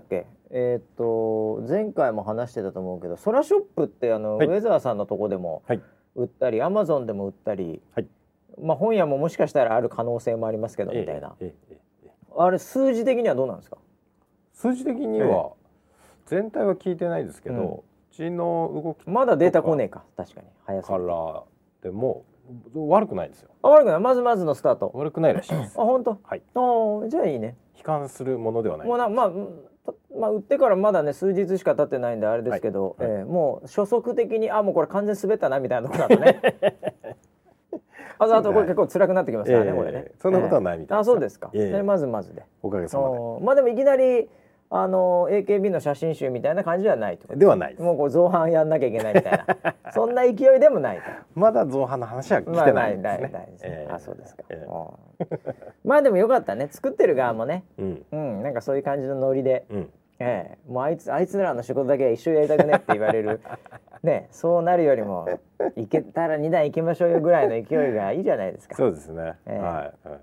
えー、っと前回も話してたと思うけど、ソラショップってあの、はい、ウェザーさんのとこでも売ったり、アマゾンでも売ったり、はい、まあ本屋ももしかしたらある可能性もありますけど、みたいな、えーえーえー、あれ数字的にはどうなんですか？ 数字的には全体は聞いてないですけど、うん、うちの動きまだデータ来ねえか、確かに早さからでも悪くないですよ。 あ、悪くない。まずまずのスタート悪くないらしいです。 あ、本当。 はい。 あ、じゃあいいね。 悲観するものではない。 もうな、まあまあ売ってからまだね数日しか経ってないんであれですけど、はいはい、えー、もう初速的にあもうこれ完全滑ったなみたいなところだとねあとあとこれ結構辛くなってきますからね、えー、これね。 そんなことはないみたいな、 えー、あ、そうですか、えー、まずまずでおかげさまで。 まあでもいきなりあの エーケービー の写真集みたいな感じではないと。 ではないです。 もうこう造反やんなきゃいけないみたいなそんな勢いでもないと。 まだ造反の話は来てないですね。まあ、ないないですね、 えー、あ、そうですか、えー、まあでもよかったね、作ってる側もね、うん、うん、なんかそういう感じのノリで、うん、えー、もうあいつあいつらの仕事だけは一緒にやりたくねって言われるね、そうなるよりもいけたらにだん行きましょうよぐらいの勢いがいいじゃないですか。 そうですね、えー、はい、はい、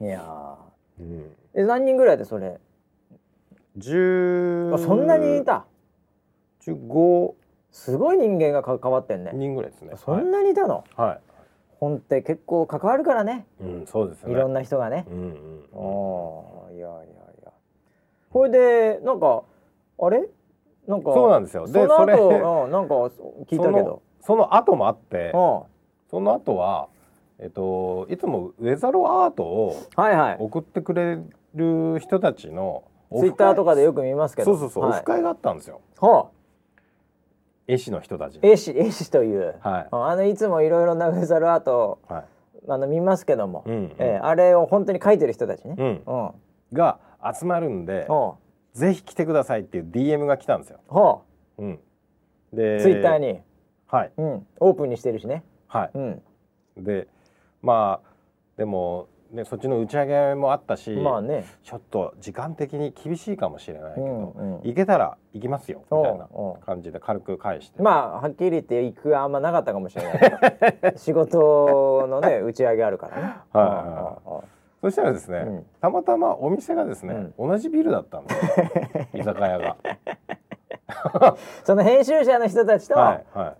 いやー、うん、え何人ぐらいでそれじゅう、 あ、そんなにいた。 じゅうご、 すごい人間が関わってんね。 人ぐらいですね。 そんなにいたの。 はい。 本って結構関わるからね。 うん、そうですね。 いろんな人がね。 うんうん。 ああ、いやいやいや。これでなんかあれなんかそうなんですよ。 で、その後、うん、なんか聞いたけど、 その後もあって、その後はえっといつもウェザロアートを送ってくれる人たちのツイッターとかでよく見ますけど、 そうそうそう、はい、オフ会があったんですよ。 はあ、 絵師の人たち。 絵師、絵師という、 はい、 あのいつもいろいろなウェザルアート、はい、あの見ますけども、うんうん、えー、あれを本当に描いてる人たちね、うんうん、が集まるんで、ぜひ来てくださいっていう ディーエム が来たんですよ。はあ、うん、でツイッターに、 はい、 うん、オープンにしてるしね。 はい、うん、でまあでもね、そっちの打ち上げもあったし、まあね、ちょっと時間的に厳しいかもしれないけど、うんうん、行けたら行きますよみたいな感じで軽く返して、 まあはっきり言って行くはあんまなかったかもしれないけど仕事のね打ち上げあるからね。はいはいはい、そしたらですね、うん、たまたまお店がですね、うん、同じビルだったんですよ居酒屋がその編集者の人たちと、はいはい、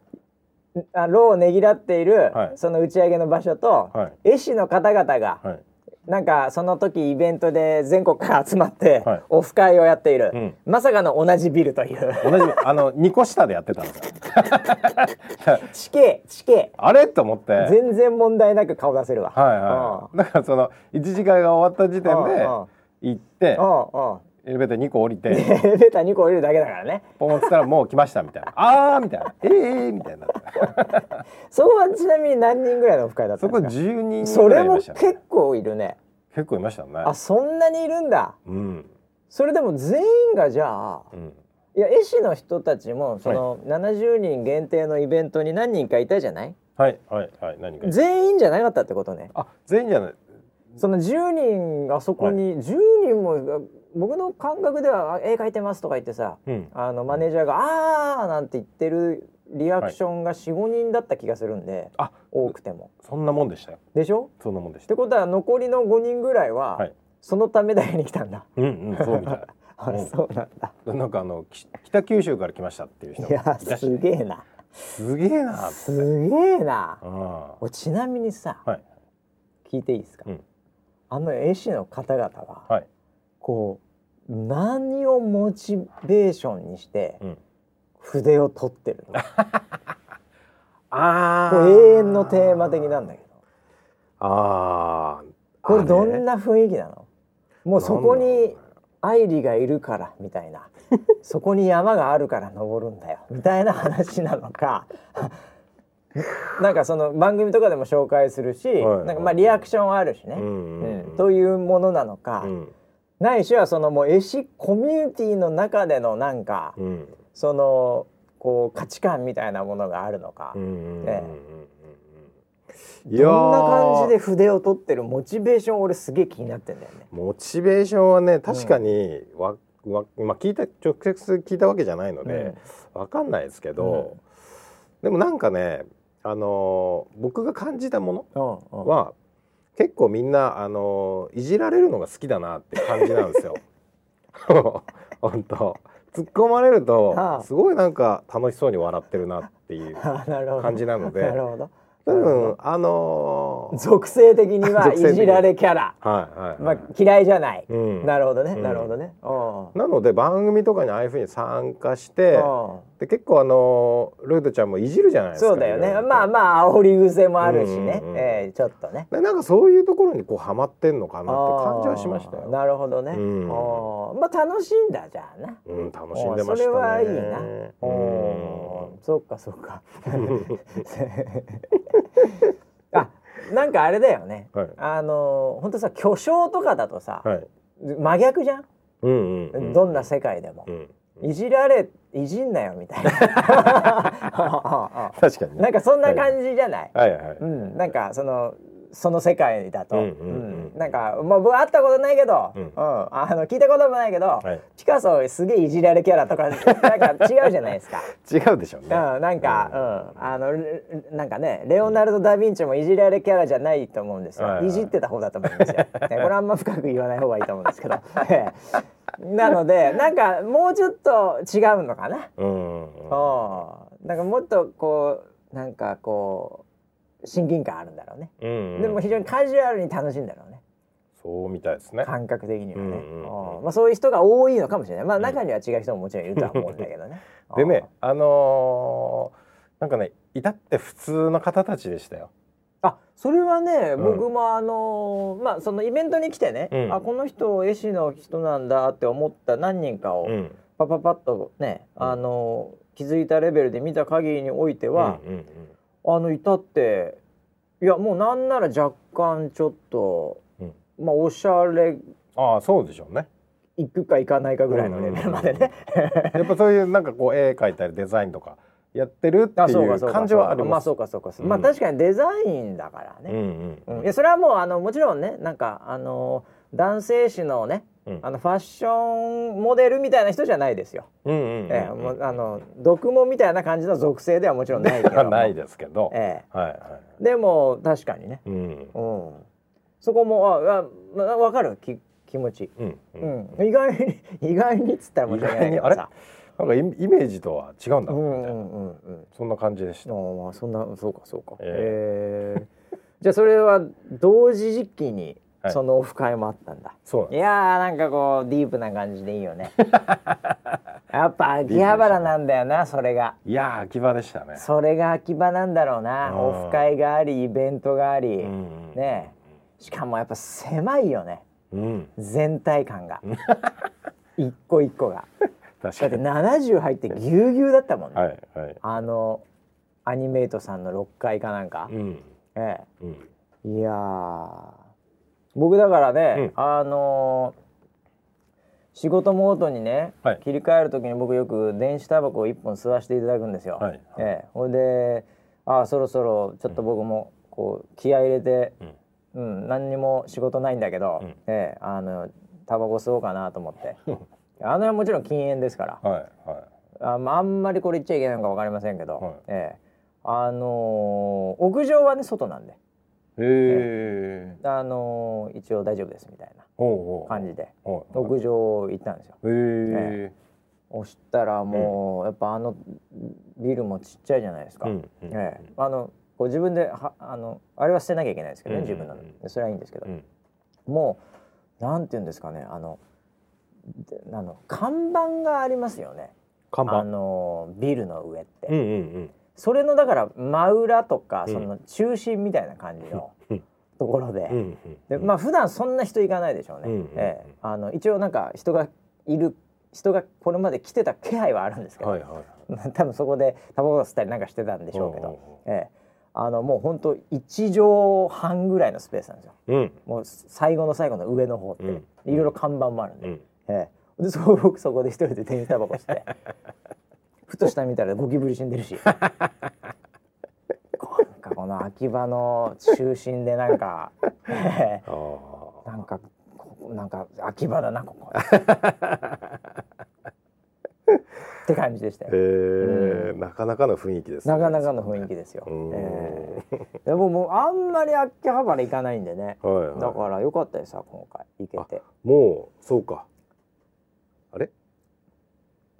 あ労をねぎらっている、はい、その打ち上げの場所と、はい、絵師の方々が、はい、なんかその時イベントで全国から集まって、はい、オフ会をやっている、うん、まさかの同じビルという同じあのにこ下でやってたんですよ地形地形あれと思って全然問題なく顔出せるわ。 はいはい、だからそのいちじかんが終わった時点で行ってエレベーターにこ降りてエレベーターにこ降りるだけだからね。 ポンってったらもう来ましたみたいなあーみたいなえー、えー、みたいなそこはちなみに何人ぐらいのオフ会だったんですか？ そこじゅうにんぐらいいましたね。 それも結構いるね。 結構いましたね。 あ、そんなにいるんだ。うん、それでも全員がじゃあ、うん、いや絵師の人たちもそのななじゅうにん限定のイベントに何人かいたじゃない？ はいはいはい。何か全員じゃなかったってことね。 あ、全員じゃない。 そのじゅうにんあそこに、はい、じゅうにんも僕の感覚では絵描いてますとか言ってさ、うん、あのマネージャーがあーなんて言ってるリアクションが よん,ご 人だった気がするんで、はい、多くてもそんなもんでしたよ。 でしょ？ そんなもんでした。 ってことは残りのごにんぐらいは、はい、そのためだけに来たんだ。 うんうん、そうみたいあ、うん、そうなんだ。 なんかあの北九州から来ましたっていう人がいたし、ね、 いやすげえなすげえなすげえな。あちなみにさ、はい、聞いていいですか、うん、あの絵師の方々は、はい、こう何をモチベーションにして筆を取ってるの？あこれ永遠のテーマ的なんだけど。ああこれどんな雰囲気なの？もうそこに愛理がいるからみたいなそこに山があるから登るんだよみたいな話なのかなんかその番組とかでも紹介するし、はい、なんかまあリアクションあるしね、うんうんうん、というものなのか、うん、ないしはそのもう絵師コミュニティの中でのなんか、うん、そのこう価値観みたいなものがあるのか、うんうんね、どんな感じで筆を取ってるモチベーション俺すげえ気になってんだよね。 モチベーションはね確かにわ、うんわまあ、聞いた直接聞いたわけじゃないので、うん、わかんないですけど、うん、でもなんかねあのー、僕が感じたものは、うんうん、結構みんな、あのー、いじられるのが好きだなって感じなんですよ。 本当突っ込まれるとすごいなんか楽しそうに笑ってるなっていう感じなので。なるほど。多分あのー、属性的にはいじられキャラ、はいはいはい、まあ、嫌いじゃない、うん、なるほどね、うん、なるほどね。 なので番組とかにああいうふうに参加してで結構あのルートちゃんもいじるじゃないですか。 そうだよね。まあまあ煽り癖もあるしね、うんうんうん、えー、ちょっとねなんかそういうところにこうハマってんのかなって感じはしましたよ。 なるほどね、うん、まあ楽しんだじゃあな、 うん、楽しんでましたね。それはいいな。おそっかそっかあ、なんかあれだよね、はい、あの本当さ巨匠とかだとさ、はい、真逆じゃん、うんうんうん、どんな世界でも、うんうん、いじられいじんなよみたいな確かに、ね、 なんかそんな感じじゃない、 はいはいはい、 うん、なんかそのその世界だと、うんうんうん、なんかもう僕会ったことないけど、うんうん、あの聞いたこともないけど、はい、ピカソすげえいじられキャラとかなんか違うじゃないですか。 違うでしょうね。 うん、なんか、うん、あのなんかねレオナルド・ダ・ヴィンチもいじられキャラじゃないと思うんですよ。はいはい、いじってた方だと思うんですよ。ね、これあんま深く言わない方がいいと思うんですけど。なのでなんかもうちょっと違うのかな。うん、うん、なんかもっとこうなんかこう。親近感あるんだろうね、うんうん、でも非常にカジュアルに楽しいんだろうね。 そうみたいですね、 感覚的にはね、うんうん、まあ、そういう人が多いのかもしれない。まあ中には違う人ももちろんいるとは思うんだけどねでねあのー、なんかね至って普通の方たちでしたよ。 あ、それはね、うん、僕もあのー、まあそのイベントに来てね、うん、あこの人絵師の人なんだって思った何人かをパパパッとね、うん、あのー、気づいたレベルで見た限りにおいては、うんうんうん、あの至っていやもうなんなら若干ちょっと、うん、まあおしゃれああそうでしょうね行くか行かないかぐらいのレベルまでねやっぱそういうなんかこう絵描いたりデザインとかやってるっていう感じはあります。 まあそうかそうか、うん、まあ確かにデザインだからね、うんうんうん、いやそれはもうあのもちろんねなんかあの男性誌のね、うん、あのファッションモデルみたいな人じゃないですよ。あの読モみたいな感じの属性ではもちろんないけどないですけど、ええはいはい、でも確かにね、うんうん、そこもああ分かる 気, 気持ち、うんうんうん、意外に意外にっつったら申し訳ないけどさなんかイメージとは違うんだろうみたいな、うんうんうん、そんな感じでした。あ、 まあ、そんなそうかそうか、えーえー、じゃあそれは同時時期にそのオフ会もあったんだ。 そう。 いやーなんかこうディープな感じでいいよねやっぱ秋葉原なんだよなそれが。 いやー秋葉でしたね。 それが秋葉なんだろうな。オフ会がありイベントがあり、うん、ねしかもやっぱ狭いよね、うん、全体感が一個一個が確かにだってななじゅう入ってぎゅうぎゅうだったもんね、はいはい、あのアニメイトさんのろっかいかなんか、うんええうん、いやー僕だからね、うん、あのー、仕事モードにね、はい、切り替える時に僕よく電子タバコをいっぽん吸わせていただくんですよ。はいええ、ほいであそろそろちょっと僕もこう気合い入れて、うんうん、何にも仕事ないんだけど、うんええ、あのタバコ吸おうかなと思ってあの辺はもちろん禁煙ですから、はいはい、あ, あんまりこれ言っちゃいけないのか分かりませんけど、はいええ、あのー、屋上はね外なんで。へーあのー、一応大丈夫ですみたいな感じで屋上行ったんですよ。へえそしたらもう、うん、やっぱあのビルもちっちゃいじゃないですか。うんうんええ、あのこう自分ではあのあれは捨てなきゃいけないですけどね、うんうん、自分のでそれはいいんですけど、うん、もうなんていうんですかねあのあの看板がありますよね。看板あのビルの上って。うんうんうんそれのだから真裏とか、うん、その中心みたいな感じのところで、うん、でまあ普段そんな人行かないでしょうね。うん、ええ、あの一応なんか人がいる人がこれまで来てた気配はあるんですけど、はいはい、多分そこでタバコ吸ったりなんかしてたんでしょうけど、ええ、あのもう本当一畳半ぐらいのスペースなんですよ。うん、もう最後の最後の上の方って、うん、いろいろ看板もあるんで、うんええ、でそこ僕そこで一人で電子タバコしてふと下見たらゴキブリ死んでるしなんかこの秋葉の中心でなんかなんかなんか秋葉だなここって感じでしたよ、えーうん、なかなかの雰囲気ですね。なかなかの雰囲気ですよ、えー、でももうあんまり秋葉原行かないんでね、はいはい、だからよかったですよ今回行けて。 もうそうかあれ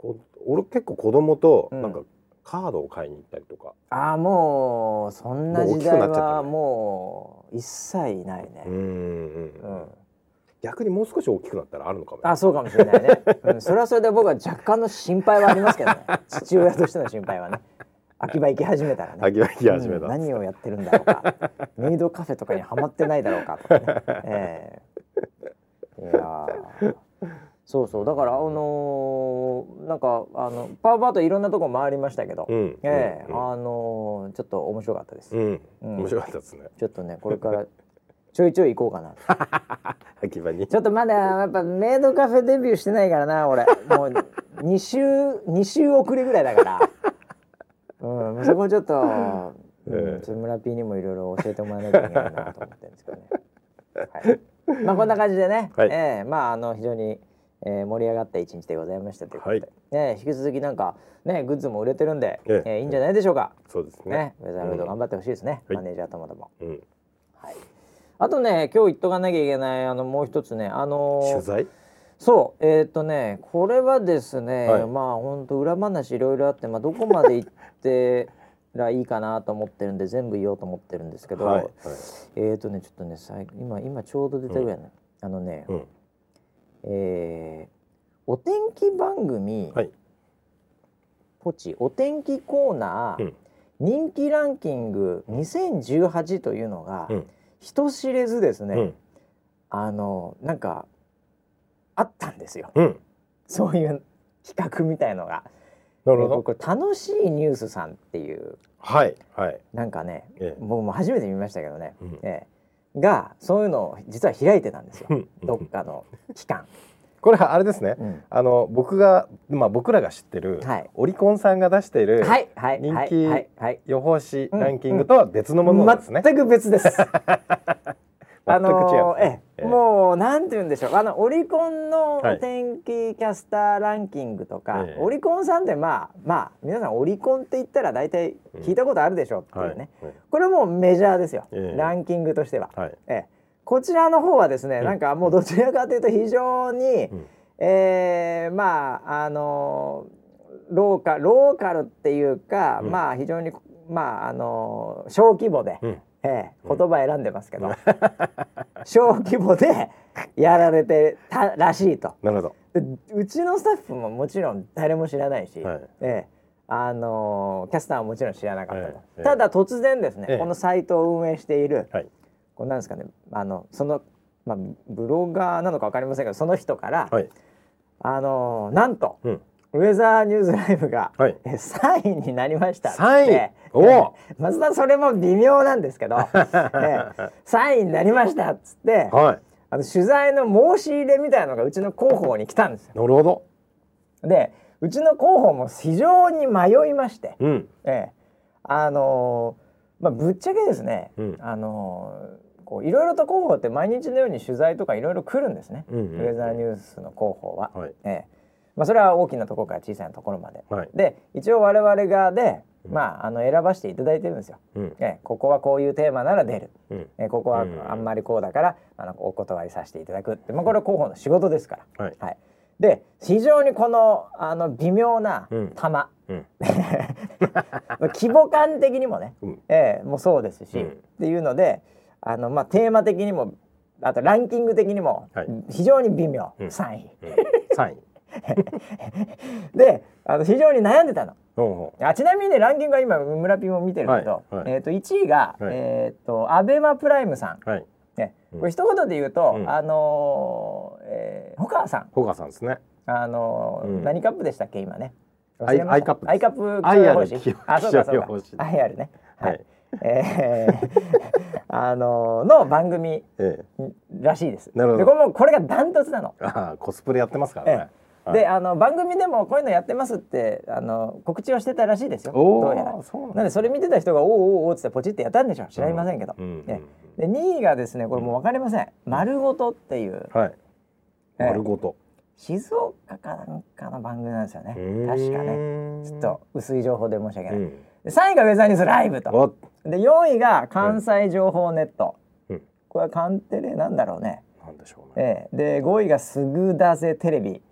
こ俺結構子供となんかカードを買いに行ったりとか、 うん、ああもうそんな時代はもう一切ないね。うんうん、うん、 逆にもう少し大きくなったらあるのかも、ね、 あそうかもしれないね、うん、それはそれで僕は若干の心配はありますけどね父親としての心配はね秋葉行き始めたらね秋葉行き始めた、 うん、何をやってるんだろうかメイドカフェとかにはまってないだろうかとかね、えー、いやそうそうだからあのー、なんかあのパワーパートいろんなとこ回りましたけど、うんえーうん、あのー、ちょっと面白かったです、うんうん、面白かったですね。 ちょっとねこれからちょいちょい行こうかな秋葉にちょっとまだやっぱメイドカフェデビューしてないからな俺もうに週に週遅れぐらいだからうん、そこちょっと、うん、ちょっと村 P にもいろいろ教えてもらわなきゃいけないなと思ってるんですけどね。はい、まあこんな感じでね、はい、えー、まああの非常に、えー、盛り上がった一日でございましたということで、はい、ね、引き続きなんかねグッズも売れてるんで、ええー、いいんじゃないでしょうか。 そうですね。ねウェザーフード頑張ってほしいですね、うん、マネージャーともども。 うん、 はい。あとね今日言っとかなきゃいけないあのもう一つねあのー、 取材。 そうえっ、ー、とねこれはですね、はい、まあ本当裏話いろいろあって、まあ、どこまで行ってらいいかなと思ってるんで全部言おうと思ってるんですけど、はいはい、えっ、ー、とねちょっとね今今ちょうど出たぐらいの、うん、あのね、うん、えー、お天気番組、はい、ポチお天気コーナー、うん、人気ランキングにせんじゅうはちというのが、うん、人知れずですね、うん、あのなんかあったんですよ、うん、そういう企画みたいのが。なるほど。これ楽しいニュースさんっていうはいはい、 なんかね、ええ、僕も初めて見ましたけどね、うん、ええ、がそういうのを実は開いてたんですよ、うん、どっかの機関これはあれですね、うん、あの僕が、まあ、僕らが知ってる、はい、オリコンさんが出している人気予報誌ランキングとは別のものなんですね、 全く別ですあのーええ、もうなんて言うんでしょうあのオリコンのお天気キャスターランキングとか、はい、オリコンさんってまあまあ皆さんオリコンって言ったら大体聞いたことあるでしょっていうね、うんはい、これもうメジャーですよ、ええ、ランキングとしては、はい、ええ、こちらの方はですね、うん、なんかもうどちらかというと非常に、うん、えー、まああのローカローカルっていうか、うん、まあ非常にまああの小規模で、うん、ええ、言葉選んでますけど、うん、小規模でやられてたらしいと。 なるほど。 でうちのスタッフももちろん誰も知らないし、はい、ええ、あのー、キャスターはもちろん知らなかったと、ええ、ただ突然ですね、ええ、このサイトを運営している、はい、こうなんですかね、あのその、まあ、ブロガーなのか分かりませんけどその人から、はい、あのー、なんと、うん、ウェザーニューズライブが、はい、さんいになりましたって。 さんいおまずはそれも微妙なんですけど、ね、さんいになりましたっつって、はい、あの取材の申し入れみたいなのがうちの広報に来たんですよ。 なるほど。 でうちの広報も非常に迷いまして、うん、ええ、あのーまあ、ぶっちゃけですね、うん、あのー、こういろいろと広報って毎日のように取材とかいろいろ来るんですね、うんうんうん、ウェザーニュースの広報は。はい、ええ、まあ、それは大きなところから小さなところまで、はい、で一応我々側で、まあ、あの選ばせていただいてるんですよ、うん、えここはこういうテーマなら出る、うん、えここはあんまりこうだからあのお断りさせていただくって、まあ、これは広報の仕事ですから、はいはい、で非常にこの、あの微妙な球、うんうん、規模感的にもね、うん、えー、もうそうですし、うん、っていうのであの、まあ、テーマ的にもあとランキング的にも非常に微妙、はい、さんい、うん、さんいであの非常に悩んでたの。ほうほう。あちなみにねランキングは今村ピンも見てるけど、はいはい、えー、といちいが、はい、えー、とアベマプライムさん、はい、ね、これ一言で言うと、うん、あのーえー、ほかわさんほかわさんですね、 あのーうん、何カップでしたっけ今ね、 アイカップアイカップアイアールあそうかそうかアイアールね、はい、えー、あのー、の番組らしいです。なるほど。でこれもこれがダントツなの。 あコスプレやってますからね、 えー、であの番組でもこういうのやってますってあの告知をしてたらしいですよ。どうやらそうなんでそれ見てた人がおーおーおーってポチってやったんでしょう、知りませんけど、うんうんうん、でにいがですねこれもう分かりません、うん、丸ごとっていう、はい、 えー、丸ごと静岡かなんかの番組なんですよね確かね、ちょっと薄い情報で申し訳ない、うん、でさんいがウェザーニュースライブとでよんいが関西情報ネット、うん、これはカンテレなんだろうね、 なんでしょうね、 えー、でごいがすぐだぜテレビ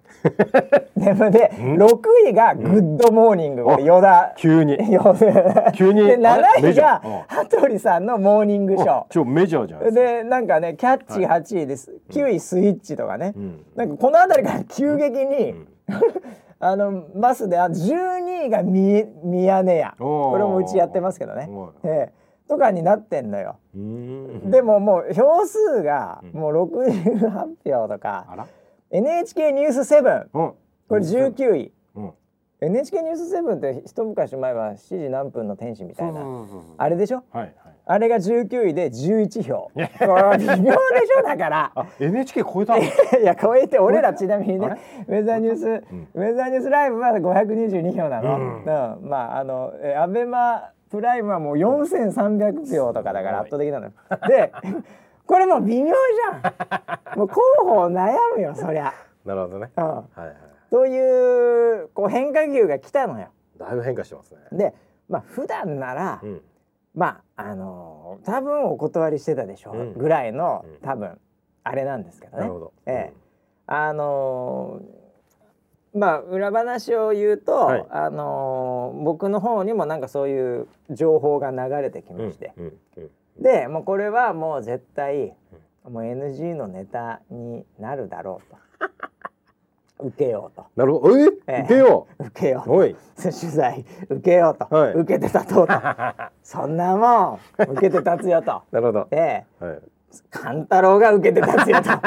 ででろくいがグッドモーニング、これ与田急に急にでなないが羽鳥さんのモーニングショー、 超メジャーじゃないでなんかねキャッチはちいです、はい、きゅういスイッチとかね、うん、なんかこの辺りから急激に、うん、あのマスであじゅうにいがミヤネ屋、これもうちやってますけどね、えー、とかになってんのよ。でももう票数がもうろくじゅうはちひょうとか、うん、エヌエイチケー ニュースセブン、うん、これじゅうきゅうい、うん、エヌエイチケー ニュースセブンって一昔前はしちじ何分の天使みたいなあれでしょ、はいはい、あれがじゅうきゅういでじゅういちひょう、これ微妙でしょ。だからあ エヌエイチケー 超えたの？いや超えて、俺らちなみにねウェザーニュース、うん、ウェザーニュースライブはごひゃくにじゅうにひょうなの、うんうん、まああのアベマプライムはもうよんせんさんびゃくひょうとかだから圧倒的なのでこれもう微妙じゃん。もう候補悩むよそりゃ。 なるほどね、うん、はいはい、 というこう変化球が来たのよ。 だいぶ変化してますね。 でまあ普段なら、うん、まああのー、多分お断りしてたでしょう、うん、ぐらいの、うん、多分あれなんですけどね。なるほど、ええ、うん、あのー、まあ裏話を言うと、はい、あのー、僕の方にもなんかそういう情報が流れてきまして、うんうんうん、でもうこれはもう絶対、うん、もう エヌジー のネタになるだろうと。受けようと。 なるほど。ええー、受けよう。 受けよう。おい。取材受けようと。はい、受けて立とうと。そんなもん受けて立つよと。 なるほど。 ええー。はい。勘太郎が受けて立つよと。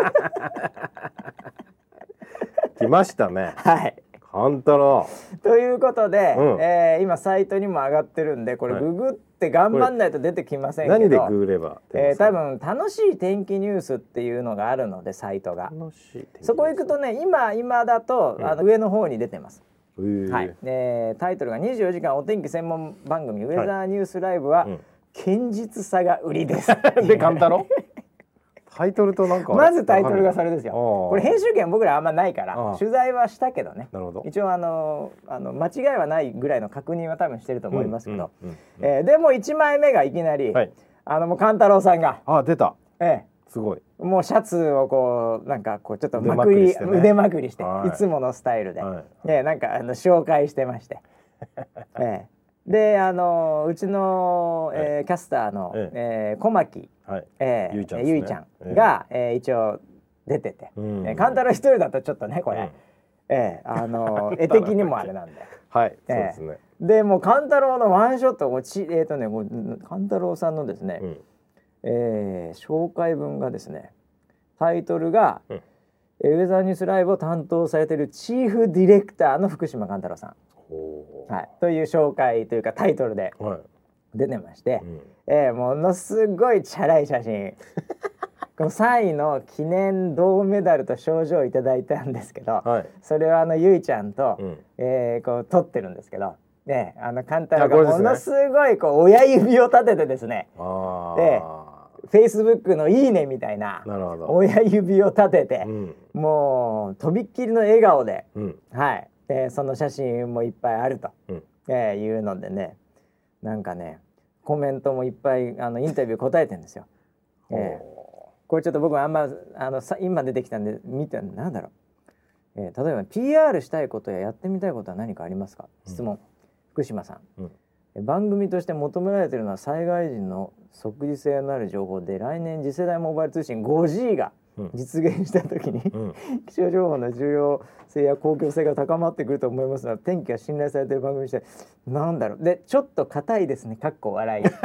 来ましたね。 はい。 勘太郎。 ということで、うん、えー、今サイトにも上がってるんで、これググって頑張んないと出てきませんけど。 何でググれば？ えー、多分楽しい天気ニュースっていうのがあるのでサイトが。楽しい天気ニュース。そこ行くとね、今今だと、うん、あの上の方に出てます。はい。えー、タイトルがにじゅうよじかんお天気専門番組、はい、ウェザーニュースライブは、うん、堅実さが売りです。 で勘太郎。タイトルとなんかまずタイトルがそれですよ。これ編集権僕らあんまないから取材はしたけどね。なるほど。一応あのあの間違いはないぐらいの確認は多分してると思いますけど、でもいちまいめがいきなり、はい、あのもう勘太郎さんがあ出た、 ええ、 すごい、 もうシャツをこうなんかこうちょっとまくり腕まくりして、はい、いつものスタイルで、はい、でなんかあの紹介してまして、ええ、であのうちの、えー、キャスターの、えええー、小牧はい、えー、ゆいちゃん、ね、ゆいちゃんが、えーえー、一応出てて、うんえー、勘太郎一人だとちょっとねこれ、うんえー、あのー、絵的にもあれなんではい、えー、そうですね。 でもう勘太郎のワンショットをちえっ、ー、とねもう勘太郎さんのですね、うんえー、紹介文がですねタイトルが、うん、ウェザーニュースライブを担当されているチーフディレクターの福島勘太郎さん、はい、という紹介というかタイトルで出てまして、はいうんえー、ものすごいチャラい写真このさんいの記念銅メダルと賞状をいただいたんですけど、はい、それをあのゆいちゃんと、うんえー、こう撮ってるんですけど、ね、あの簡単がものすごいこう親指を立ててですねでフェイスブックのいいねみたいな親指を立てて、うん、もうとびっきりの笑顔で、うんはいえー、その写真もいっぱいあると、うんえー、いうのでねなんかねコメントもいっぱいあのインタビュー答えてるんですよ。えー、これちょっと僕あんまあのさ今出てきたんで見てなんだろう、えー、例えば ピーアール したいことややってみたいことは何かありますか、うん、質問福島さん、うん、番組として求められているのは災害時の即時性のある情報で来年次世代モバイル通信 ごジー が実現した時に、うん、気象情報の重要性や公共性が高まってくると思いますので天気が信頼されている番組にしてなんだろうでちょっと硬いですねかっこ笑い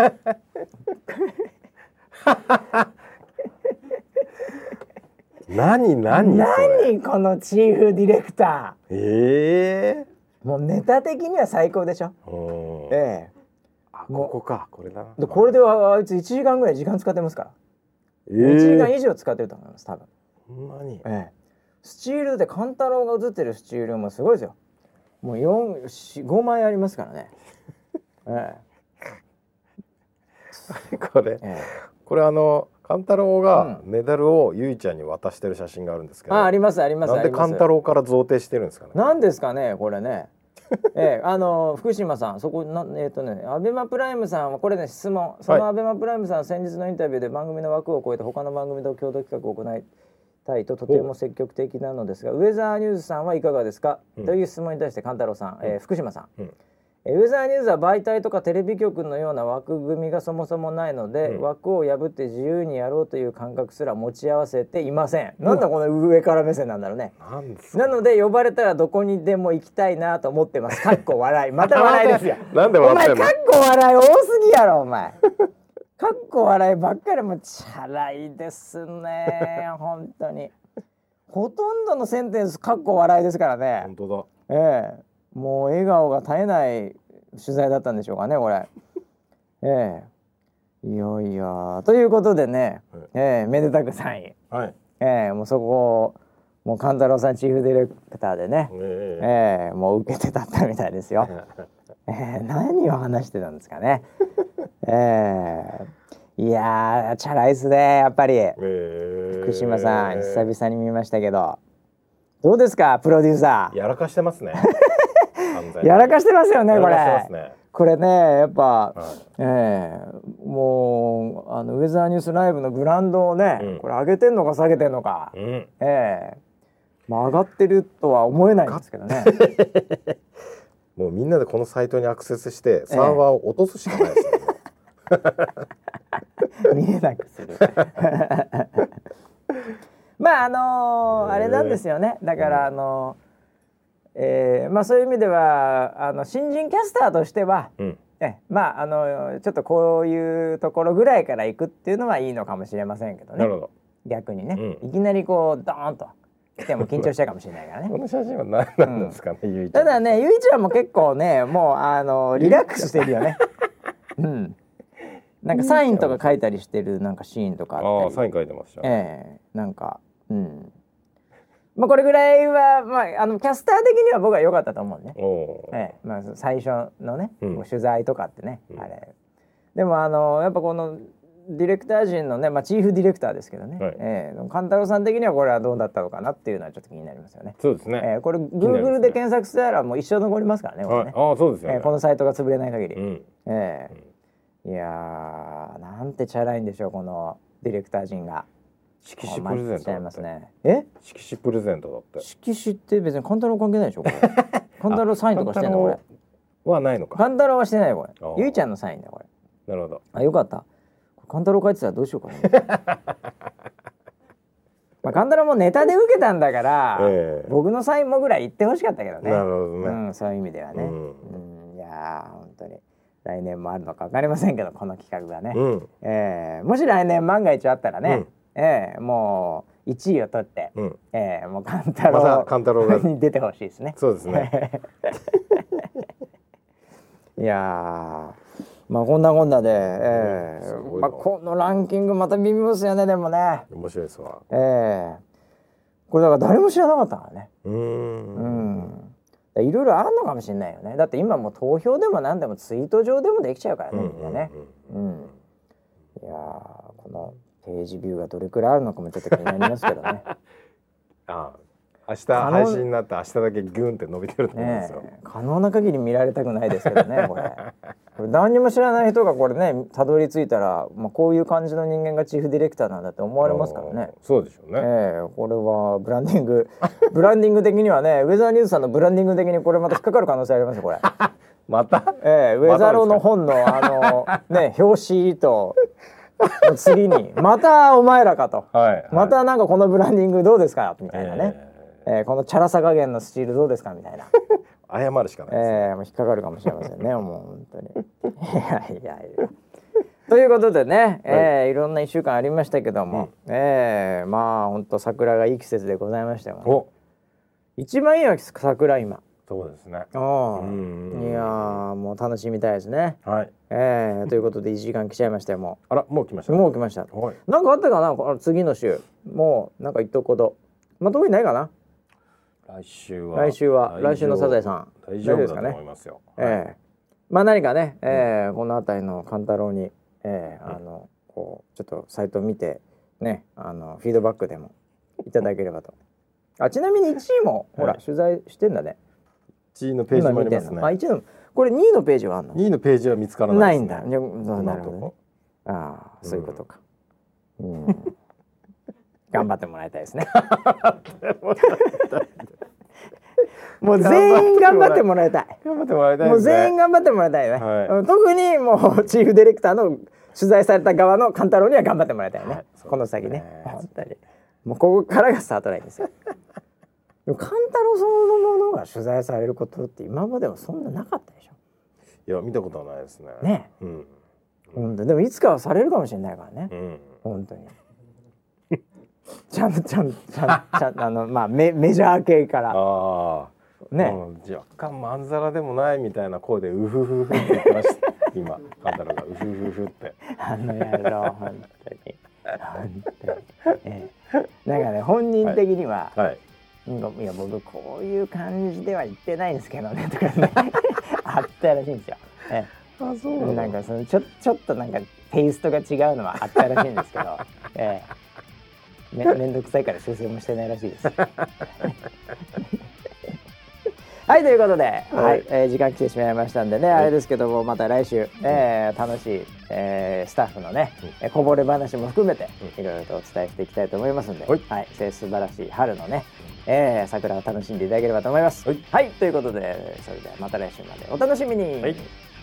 何何何このチーフディレクターえー、もうネタ的には最高でしょええあここかこれだでこれではあいついちじかんぐらい時間使ってますからえー、いちじかん以上使ってると思います多分。 そんなに、 ええ、スチールで勘太郎が写ってるスチールもすごいですよ。もうよん、ごまいありますからね。ええ、これ、ええ、これあの勘太郎がメダルをゆいちゃんに渡してる写真があるんですけど、 あ、ありますあります。 なんで勘太郎から贈呈してるんですかね。 なんですかねこれね。ええ、あの福島さんそこなえっ、ー、とねアベマプライムさんはこれね質問そのアベマプライムさんは先日のインタビューで番組の枠を超えて他の番組と共同企画を行いたいととても積極的なのですが、ウェザーニューズさんはいかがですか、うん、という質問に対して勘太郎さん、えー、福島さん、うん、ウェザーニューズは媒体とかテレビ局のような枠組みがそもそもないので、うん、枠を破って自由にやろうという感覚すら持ち合わせていません。なんだこの上から目線なんだろうね。なんですか。なので呼ばれたらどこにでも行きたいなと思ってます。かっこ笑い。また笑いですよ。 なんで笑ってんの。 お前かっこ笑い多すぎやろお前。かっこ笑いばっかりもチャラいですね本当に。ほとんどのセンテンスかっこ笑いですからね。 本当だ。ええ、もう笑顔が絶えない取材だったんでしょうかねこれ。ええ、いやいやということでね、はい、ええ、めでたくさんい、はい、ええ、もうそこをもう勘太郎さんチーフディレクターでね、ええええ、もう受けてたったみたいですよ。ええ、何を話してたんですかね。えー、いやーチャラいっすねやっぱり、えー、福島さん久々に見ましたけどどうですかプロデューサー。 やらかしてますねやらかしてますよねこれ。 ね、 これねやっぱ、はい、えー、もうあのウェザーニュースライブのブランドをね、うん、これ上げてんのか下げてんのか、うん、えー、まあ、上がってるとは思えないんですけどねもうみんなでこのサイトにアクセスしてサーバーを落とすしかないですよね、えー見えなくするまああのー、あれなんですよね。だからあのーえー、まあそういう意味ではあの新人キャスターとしては、うん、えまああのちょっとこういうところぐらいから行くっていうのはいいのかもしれませんけどね。 なるほど。 逆にね、うん、いきなりこうドーンと来ても緊張しちゃうかもしれないからね。 この写真は何なんですかね、うん、ゆいちゃん。 ただねゆいちゃんも結構ねもうあのリラックスしてるよねうん。なんかサインとか書いたりしてるなんかシーンとかあったり。 ああサイン書いてましたね。 ええー、なんかうんまあこれぐらいはまああのキャスター的には僕は良かったと思うね。ええー、まあ最初のね、うん、取材とかってね、うん、あれでもあのやっぱこのディレクター陣のねまあチーフディレクターですけどね、はい、ええー、勘太郎さん的にはこれはどうだったのかなっていうのはちょっと気になりますよね。 そうですね。 えー、これ Google で検索したらもう一生残りますからね。これね、 はい、ああそうですよね、 えー、このサイトが潰れない限り。うん、ええー。うんいやーなんてチャラいんでしょうこのディレクター陣が。 色紙プレゼントだって。 ね、え色紙プレゼントだって。 色紙って別に勘太郎関係ないでしょこれ勘太郎サインとかしてんのこれはないのか。 勘太郎はしてないこれゆいちゃんのサインだこれ。 なるほど。 あよかった勘太郎書いてたらどうしようかなまあ勘太郎もネタで受けたんだから、えー、僕のサインもぐらい言ってほしかったけどね。 なるほどね、 うん、そういう意味ではね、うんうん、いやー本当に来年もあるのか分かりませんけどこの企画がね、うん、えー、もし来年万が一あったらね、うん、えー、もういちいを取って、うん、えー、もう勘太郎、ま、勘太郎に出てほしいですね。 そうですねいやまあこんなこんなで、えーまあ、このランキングまた微妙ですよね。でもね面白いですわ、 えー、これだから誰も知らなかったからね。 うーんうんいろいろあるのかもしれないよね。だって今もう投票でも何でもツイート上でもできちゃうからね、みんなね。うん。いやこのページビューがどれくらいあるのかもちょっと気になりますけどね。 ああ明日配信になって明日だけグーンって伸びてると思うんですよ、 ね、可能な限り見られたくないですけどねこれこれ何にも知らない人がこれねたどり着いたら、まあ、こういう感じの人間がチーフディレクターなんだって思われますからね。 そうでしょうね、 えー、これはブランディングブランディング的にはねウェザーニュースさんのブランディング的にこれまた引っかかる可能性ありますよこれまた、 えー、ウェザロの本のあのね表紙と次にまたお前らかと、はいはい、またなんかこのブランディングどうですかみたいなね、えーえー、このチャラさ加減のスチールどうですかみたいな謝るしかないですね、 えー、もう引っかかるかもしれませんねもう本当にいやいやいやということでね、はい、えー、いろんないっしゅうかんありましたけども、うん、えー、まあ本当桜がいい季節でございましたよね。一番いいわけです桜今。 そうですね。 あいやもう楽しみたいですね。 はい。 えー、ということでいちじかん来ちゃいましたよもう。あらもう来ました。 もう来ました。はい、なんかあったかな次の週もうなんか言っとくこと。まあ特にないかな。 来週は来週は来週のサザエさん大丈夫だと思いますよ。 ええー、まあ何かね、えーうん、この辺りの勘太郎に、えー、あのこうちょっとサイトを見てねあのフィードバックでもいただければと。あちなみにいちいもほら、はい、取材してんだね。 いちいのページもありますね。 あいちいのこれにいのページはあるの？ にいのページは見つからないですね。 ないんだ。なるほどね。ああそういうことか。うん。 頑張ってもらいたいですね。もう全員頑張ってもらいたい。 頑張ってもらいたいですね。 もう全員頑張ってもらいたいね。はい、特にもうチーフディレクターの取材された側の勘太郎には頑張ってもらいたいね。はい、この先ね。本当に。もうここからがスタートラインですよ。でも勘太郎そのものが取材されることって今まではそんななかったでしょ。 いや見たことはないですね。 ね。うん。本当でもいつかはされるかもしれないからね。うん。本当に。ちゃんとちゃんとちゃんちゃんあのまあメメジャー系から。ああ。ね、 うん、若干まんざらでもないみたいな声でうふふふって言ってました今カンタロウがうふふふってあの野郎本当に本当に、ええ、なんかね本人的には、はいはい、いや僕こういう感じでは言ってないんですけどねとかねあったらしいんですよ、ええ、あそうなのなんかそのちょちょっとなんかテイストが違うのはあったらしいんですけど、ええ、め, めんどくさいから修正もしてないらしいですはい、ということで、はいはい、えー、時間来てしまいましたんでね、はい、あれですけどもまた来週、えー、楽しい、えー、スタッフのね、うん、こぼれ話も含めていろいろとお伝えしていきたいと思いますんで、はい、はい、素晴らしい春のね、えー、桜を楽しんでいただければと思います。はい、はい、ということでそれではまた来週までお楽しみに。はい。